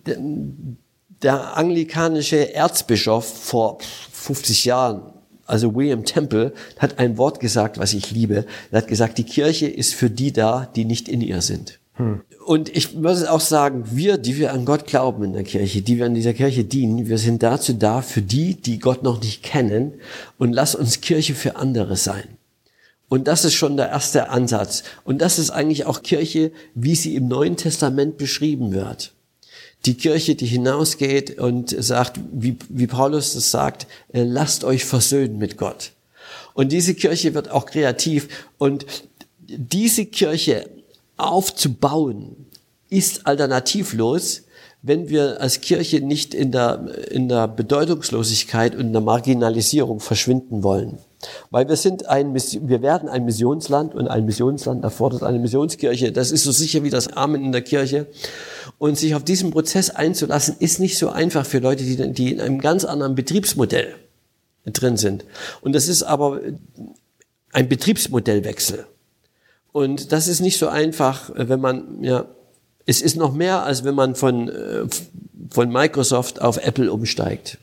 Der anglikanische Erzbischof vor 50 Jahren, also William Temple, hat ein Wort gesagt, was ich liebe. Er hat gesagt, die Kirche ist für die da, die nicht in ihr sind. Und ich würde auch sagen, wir, die wir an Gott glauben in der Kirche, die wir in dieser Kirche dienen, wir sind dazu da für die, die Gott noch nicht kennen, und lass uns Kirche für andere sein. Und das ist schon der erste Ansatz. Und das ist eigentlich auch Kirche, wie sie im Neuen Testament beschrieben wird. Die Kirche, die hinausgeht und sagt, wie Paulus das sagt, lasst euch versöhnen mit Gott. Und diese Kirche wird auch kreativ. Und diese Kirche aufzubauen, ist alternativlos, wenn wir als Kirche nicht in der Bedeutungslosigkeit und in der Marginalisierung verschwinden wollen. Weil wir werden ein Missionsland und ein Missionsland erfordert eine Missionskirche. Das ist so sicher wie das Amen in der Kirche. Und sich auf diesen Prozess einzulassen, ist nicht so einfach für Leute, die in einem ganz anderen Betriebsmodell drin sind. Und das ist aber ein Betriebsmodellwechsel. Und das ist nicht so einfach, wenn man, es ist noch mehr, als wenn man von Microsoft auf Apple umsteigt.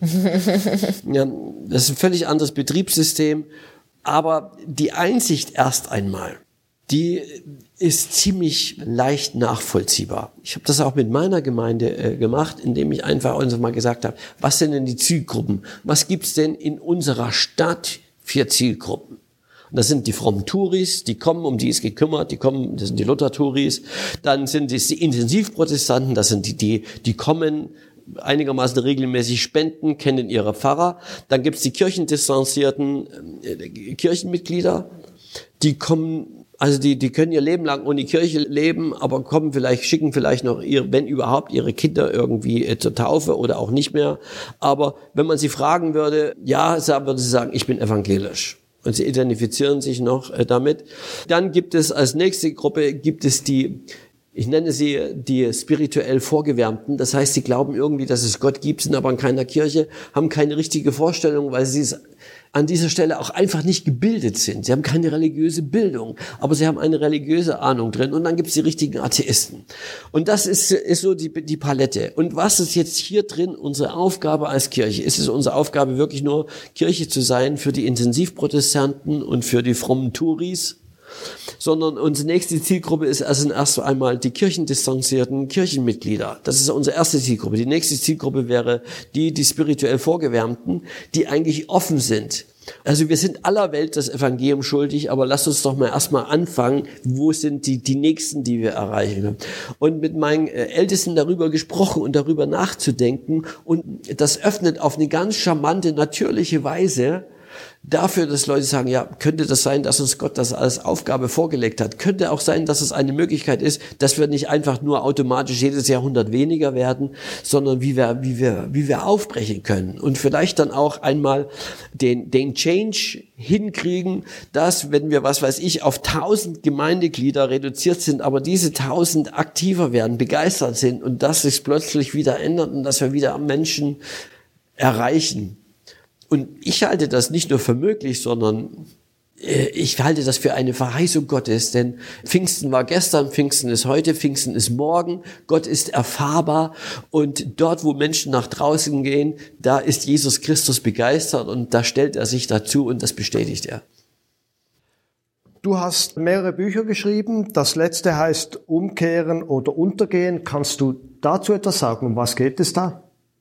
Ja, das ist ein völlig anderes Betriebssystem, aber die Einsicht erst einmal, die ist ziemlich leicht nachvollziehbar. Ich habe das auch mit meiner Gemeinde gemacht, indem ich einfach uns mal gesagt habe, was sind denn die Zielgruppen? Was gibt's denn in unserer Stadt für Zielgruppen? Und das sind die frommen Touris, die kommen, um die ist gekümmert, das sind die Luther-Touris. Dann sind es die Intensivprotestanten, das sind die kommen, einigermaßen regelmäßig spenden, kennen ihre Pfarrer. Dann gibt's die kirchendistanzierten Kirchenmitglieder, die kommen, also die können ihr Leben lang ohne Kirche leben, aber schicken vielleicht noch wenn überhaupt, ihre Kinder irgendwie zur Taufe oder auch nicht mehr. Aber wenn man sie fragen würde, würde sie sagen, ich bin evangelisch. Und sie identifizieren sich noch damit. Dann gibt es als nächste Gruppe, die Ich nenne sie die spirituell Vorgewärmten. Das heißt, sie glauben irgendwie, dass es Gott gibt, sind aber in keiner Kirche, haben keine richtige Vorstellung, weil sie es an dieser Stelle auch einfach nicht gebildet sind. Sie haben keine religiöse Bildung, aber sie haben eine religiöse Ahnung drin. Und dann gibt es die richtigen Atheisten. Und das ist so die Palette. Und was ist jetzt hier drin unsere Aufgabe als Kirche? Ist es unsere Aufgabe, wirklich nur Kirche zu sein für die Intensivprotestanten und für die frommen Touris? Sondern unsere nächste Zielgruppe ist also erst einmal die kirchendistanzierten Kirchenmitglieder. Das ist unsere erste Zielgruppe. Die nächste Zielgruppe wäre die spirituell Vorgewärmten, die eigentlich offen sind. Also wir sind aller Welt das Evangelium schuldig, aber lasst uns doch mal erstmal anfangen, wo sind die Nächsten, die wir erreichen. Und mit meinen Ältesten darüber gesprochen und darüber nachzudenken, und das öffnet auf eine ganz charmante, natürliche Weise dafür, dass Leute sagen, ja, könnte das sein, dass uns Gott das als Aufgabe vorgelegt hat? Könnte auch sein, dass es eine Möglichkeit ist, dass wir nicht einfach nur automatisch jedes Jahrhundert weniger werden, sondern wie wir aufbrechen können und vielleicht dann auch einmal den Change hinkriegen, dass, wenn wir, was weiß ich, auf 1000 Gemeindeglieder reduziert sind, aber diese 1000 aktiver werden, begeistert sind und dass sich plötzlich wieder ändert und dass wir wieder Menschen erreichen. Und ich halte das nicht nur für möglich, sondern ich halte das für eine Verheißung Gottes, denn Pfingsten war gestern, Pfingsten ist heute, Pfingsten ist morgen, Gott ist erfahrbar und dort, wo Menschen nach draußen gehen, da ist Jesus Christus begeistert und da stellt er sich dazu und das bestätigt er. Du hast mehrere Bücher geschrieben, das letzte heißt Umkehren oder Untergehen. Kannst du dazu etwas sagen? Um was geht es da?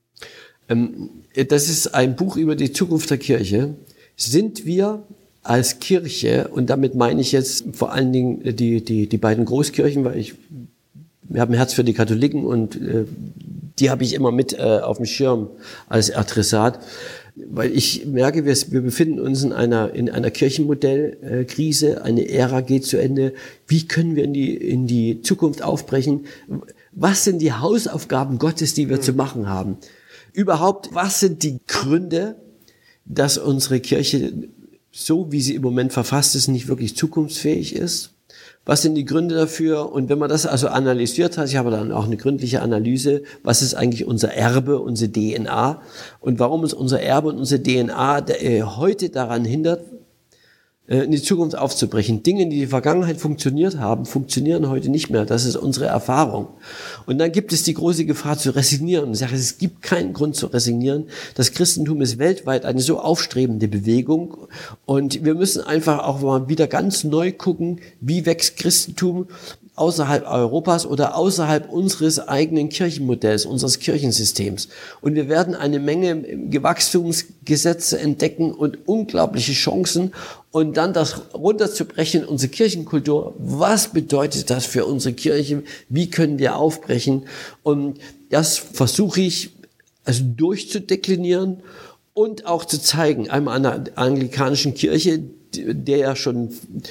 Das ist ein Buch über die Zukunft der Kirche. Sind wir als Kirche, und damit meine ich jetzt vor allen Dingen die beiden Großkirchen, weil wir haben ein Herz für die Katholiken und die habe ich immer mit auf dem Schirm als Adressat, weil ich merke, wir befinden uns in einer Kirchenmodellkrise, eine Ära geht zu Ende. Wie können wir in die Zukunft aufbrechen? Was sind die Hausaufgaben Gottes, die wir zu machen haben? Überhaupt, was sind die Gründe, dass unsere Kirche, so wie sie im Moment verfasst ist, nicht wirklich zukunftsfähig ist? Was sind die Gründe dafür? Und wenn man das also analysiert hat, ich habe dann auch eine gründliche Analyse, was ist eigentlich unser Erbe, unsere DNA und warum uns unser Erbe und unsere DNA heute daran hindert, in die Zukunft aufzubrechen. Dinge, die in der Vergangenheit funktioniert haben, funktionieren heute nicht mehr. Das ist unsere Erfahrung. Und dann gibt es die große Gefahr zu resignieren. Ich sage, es gibt keinen Grund zu resignieren. Das Christentum ist weltweit eine so aufstrebende Bewegung. Und wir müssen einfach auch mal wieder ganz neu gucken, wie wächst Christentum außerhalb Europas oder außerhalb unseres eigenen Kirchenmodells, unseres Kirchensystems. Und wir werden eine Menge Wachstumsgesetze entdecken und unglaubliche Chancen. Und dann das runterzubrechen in unsere Kirchenkultur. Was bedeutet das für unsere Kirche? Wie können wir aufbrechen? Und das versuche ich also durchzudeklinieren und auch zu zeigen. Einmal an der anglikanischen Kirche, der ja schon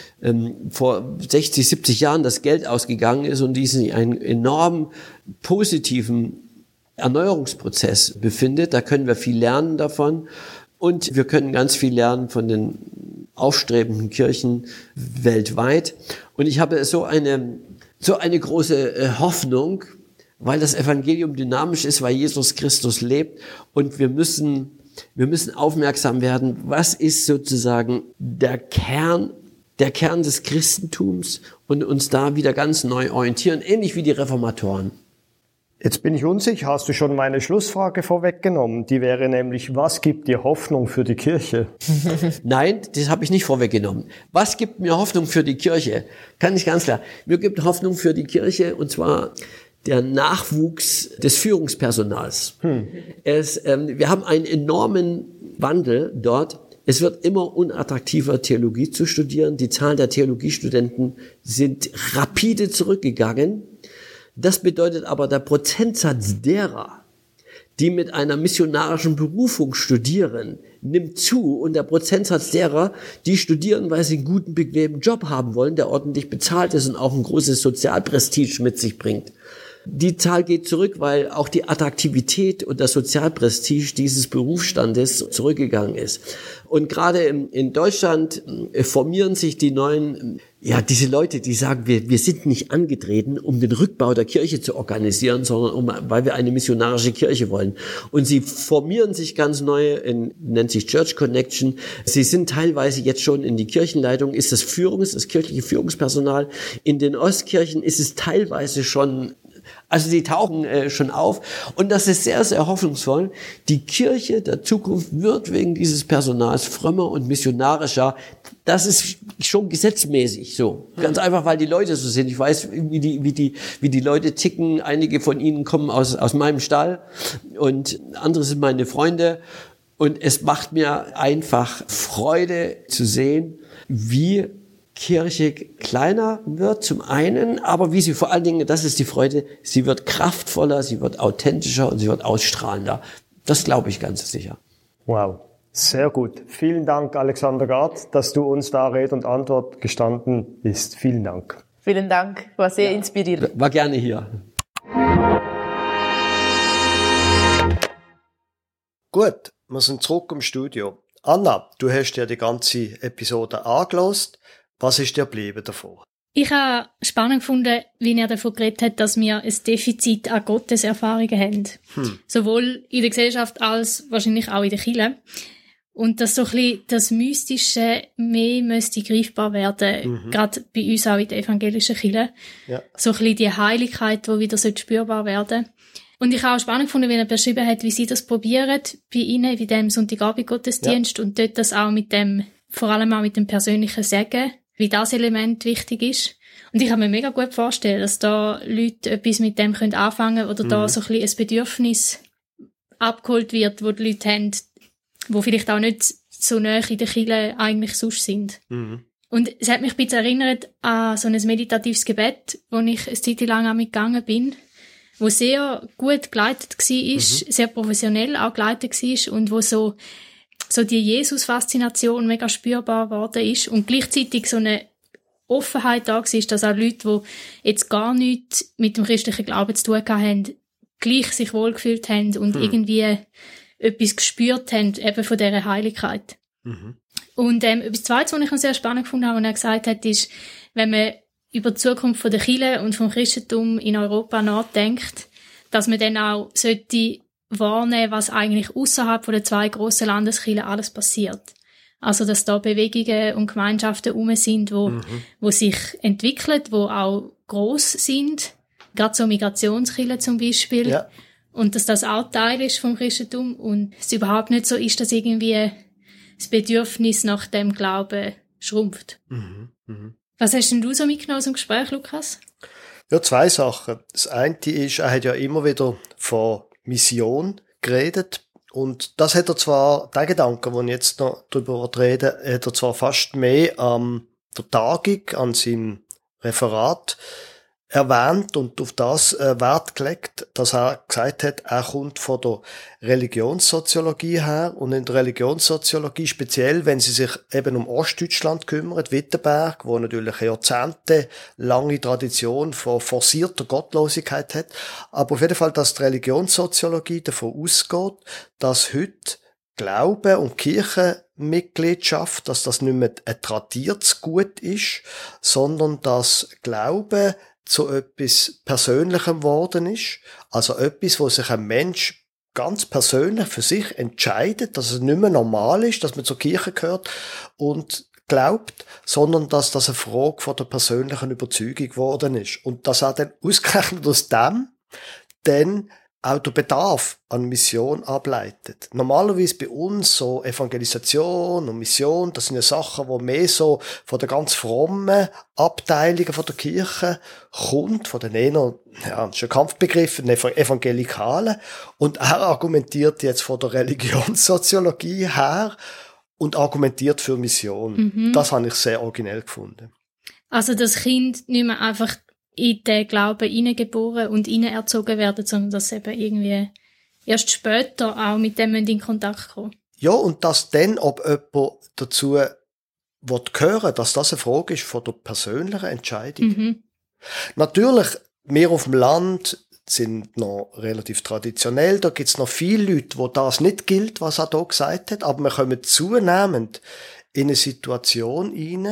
vor 60, 70 Jahren das Geld ausgegangen ist und diesen einen enorm positiven Erneuerungsprozess befindet. Da können wir viel lernen davon und wir können ganz viel lernen von den aufstrebenden Kirchen weltweit. Und ich habe so eine große Hoffnung, weil das Evangelium dynamisch ist, weil Jesus Christus lebt und wir müssen aufmerksam werden, was ist sozusagen der Kern des Christentums und uns da wieder ganz neu orientieren, ähnlich wie die Reformatoren. Jetzt bin ich unsicher, hast du schon meine Schlussfrage vorweggenommen? Die wäre nämlich, was gibt dir Hoffnung für die Kirche? Nein, das habe ich nicht vorweggenommen. Was gibt mir Hoffnung für die Kirche? Kann ich ganz klar. Mir gibt Hoffnung für die Kirche und zwar der Nachwuchs des Führungspersonals. Wir haben einen enormen Wandel dort. Es wird immer unattraktiver, Theologie zu studieren. Die Zahl der Theologiestudenten sind rapide zurückgegangen. Das bedeutet aber, der Prozentsatz derer, die mit einer missionarischen Berufung studieren, nimmt zu und der Prozentsatz derer, die studieren, weil sie einen guten, bequemen Job haben wollen, der ordentlich bezahlt ist und auch ein großes Sozialprestige mit sich bringt. Die Zahl geht zurück, weil auch die Attraktivität und das Sozialprestige dieses Berufsstandes zurückgegangen ist. Und gerade in Deutschland formieren sich die neuen ja, diese Leute, die sagen, wir sind nicht angetreten, um den Rückbau der Kirche zu organisieren, sondern weil wir eine missionarische Kirche wollen. Und sie formieren sich ganz neu, nennt sich Church Connection. Sie sind teilweise jetzt schon in die Kirchenleitung, ist das kirchliche Führungspersonal. In den Ostkirchen ist es teilweise schon, also die tauchen schon auf. Und das ist sehr, sehr hoffnungsvoll. Die Kirche der Zukunft wird wegen dieses Personals frömmer und missionarischer. Das ist schon gesetzmäßig so. Ganz einfach, weil die Leute so sind. Ich weiß, wie die Leute ticken. Einige von ihnen kommen aus meinem Stall und andere sind meine Freunde. Und es macht mir einfach Freude zu sehen, wie Kirche kleiner wird zum einen, aber wie sie vor allen Dingen, das ist die Freude, sie wird kraftvoller, sie wird authentischer und sie wird ausstrahlender. Das glaube ich ganz sicher. Wow. Sehr gut. Vielen Dank, Alexander Gard, dass du uns da Rede und Antwort gestanden bist. Vielen Dank. Vielen Dank. War sehr inspirierend. War gerne hier. Gut, wir sind zurück im Studio. Anna, du hast ja die ganze Episode angehört. Was ist dir geblieben davon? Ich habe spannend gefunden, wie er davon geredet hat, dass wir ein Defizit an Gotteserfahrungen haben. Sowohl in der Gesellschaft als wahrscheinlich auch in der Kirche. Und dass so ein bisschen das Mystische mehr müsste greifbar werden, gerade bei uns auch in der evangelischen Kirche. Ja. So ein bisschen die Heiligkeit, die wieder spürbar werden. Und ich habe auch spannend gefunden, wie er beschrieben hat, wie sie das probieren bei ihnen, wie dem Sonntagabend-Gottesdienst und dort das auch vor allem auch mit dem persönlichen Segen, wie das Element wichtig ist. Und ich kann mir mega gut vorstellen, dass da Leute etwas mit dem anfangen können oder da so ein bisschen ein Bedürfnis abgeholt wird, wo die Leute haben, wo vielleicht auch nicht so nahe in der Kirche eigentlich sonst sind. Und es hat mich ein bisschen erinnert an so ein meditatives Gebet, wo ich eine Zeit lang auch mitgegangen bin, wo sehr gut geleitet war, sehr professionell auch geleitet war und wo so die Jesus-Faszination mega spürbar geworden ist und gleichzeitig so eine Offenheit da war, dass auch Leute, die jetzt gar nichts mit dem christlichen Glauben zu tun haben, gleich sich wohlgefühlt haben und irgendwie etwas gespürt haben, eben von dieser Heiligkeit. Und etwas Zweites, was ich noch sehr spannend gefunden habe, was er gesagt hat, ist, wenn man über die Zukunft der Kirche und vom Christentum in Europa nachdenkt, dass man dann auch sollte wahrnehmen, was eigentlich außerhalb der zwei grossen Landeskirchen alles passiert. Also, dass da Bewegungen und Gemeinschaften herum sind, wo sich entwickeln, wo auch gross sind, gerade so Migrationskirchen zum Beispiel. Ja. Und dass das auch Teil ist vom Christentum und es überhaupt nicht so ist, dass irgendwie das Bedürfnis nach dem Glauben schrumpft. Was hast denn du so mitgenommen aus dem Gespräch, Lukas? Ja, zwei Sachen. Das eine ist, er hat ja immer wieder von Mission geredet und das hat er zwar, den Gedanken, den ich jetzt noch drüber rede, hat er zwar fast mehr an der Tagung, an seinem Referat erwähnt und auf das Wert gelegt, dass er gesagt hat, er kommt von der Religionssoziologie her und in der Religionssoziologie speziell, wenn sie sich eben um Ostdeutschland kümmert, Wittenberg, wo natürlich eine jahrzehntelange Tradition von forcierter Gottlosigkeit hat, aber auf jeden Fall, dass die Religionssoziologie davon ausgeht, dass heute Glaube und Kirchenmitgliedschaft, dass das nicht mehr ein tradiertes Gut ist, sondern dass Glaube zu etwas Persönlichem geworden ist. Also etwas, wo sich ein Mensch ganz persönlich für sich entscheidet, dass es nicht mehr normal ist, dass man zur Kirche gehört und glaubt, sondern dass das eine Frage von der persönlichen Überzeugung geworden ist. Und dass auch dann ausgerechnet aus dem dann auch der Bedarf an Mission ableitet. Normalerweise bei uns so Evangelisation und Mission, das sind ja Sachen, die mehr so von der ganz frommen Abteilungen von der Kirche kommt, von den eher, ja, das ist ein Kampfbegriff, den Evangelikalen. Und er argumentiert jetzt von der Religionssoziologie her und argumentiert für Mission. Das habe ich sehr originell gefunden. Also das Kind nicht mehr einfach in den Glauben hineingeboren und hinenerzogen werden, sondern dass eben irgendwie erst später auch mit dem in Kontakt kommen. Ja, und dass dann, ob jemand dazu hören, dass das eine Frage ist von der persönlichen Entscheidung. Natürlich, wir auf dem Land sind noch relativ traditionell, da gibt's noch viele Leute, wo das nicht gilt, was er da gesagt hat, aber wir kommen zunehmend in eine Situation rein,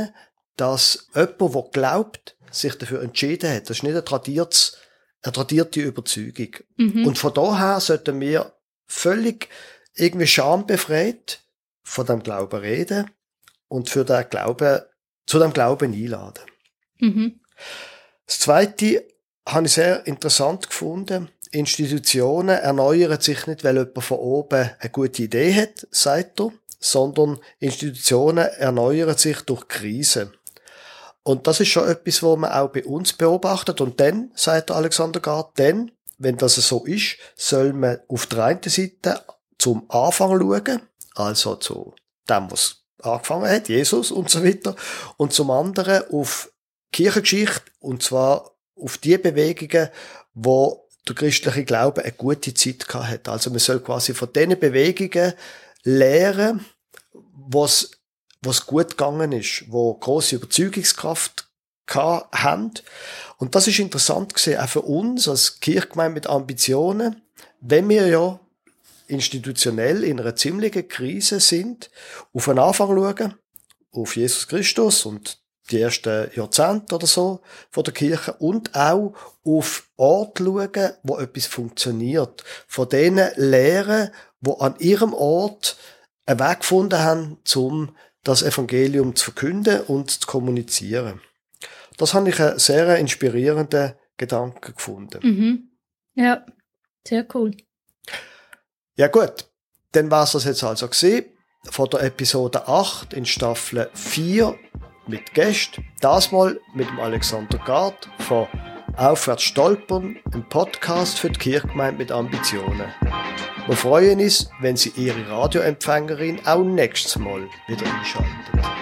dass jemand, der glaubt, sich dafür entschieden hat. Das ist nicht eine tradierte Überzeugung. Und von daher sollten wir völlig irgendwie schambefreit von dem Glauben reden und zu dem Glauben einladen. Das Zweite habe ich sehr interessant gefunden. Institutionen erneuern sich nicht, weil jemand von oben eine gute Idee hat, sagt er, sondern Institutionen erneuern sich durch Krisen. Und das ist schon etwas, was man auch bei uns beobachtet. Und dann, sagt Alexander Gard, wenn das so ist, soll man auf der einen Seite zum Anfang schauen, also zu dem, was angefangen hat, Jesus und so weiter, und zum anderen auf Kirchengeschichte, und zwar auf die Bewegungen, wo der christliche Glaube eine gute Zeit gehabt hat. Also man soll quasi von diesen Bewegungen lernen, was gut gegangen ist, wo grosse Überzeugungskraft haben. Und das ist interessant gesehen, auch für uns als Kirchgemeinde mit Ambitionen, wenn wir ja institutionell in einer ziemlichen Krise sind, auf den Anfang schauen, auf Jesus Christus und die ersten Jahrzehnte oder so von der Kirche und auch auf Orte schauen, wo etwas funktioniert. Von denen Lehren, die an ihrem Ort einen Weg gefunden haben, um das Evangelium zu verkünden und zu kommunizieren. Das habe ich einen sehr inspirierenden Gedanken gefunden. Ja, sehr cool. Ja gut, dann war es das jetzt also gewesen, von der Episode 8 in Staffel 4 mit Gästen, das mal mit dem Alexander Gard von Aufwärts stolpern, ein Podcast für die Kirchgemeinde mit Ambitionen. Wir freuen uns, wenn Sie Ihre Radioempfängerin auch nächstes Mal wieder einschalten.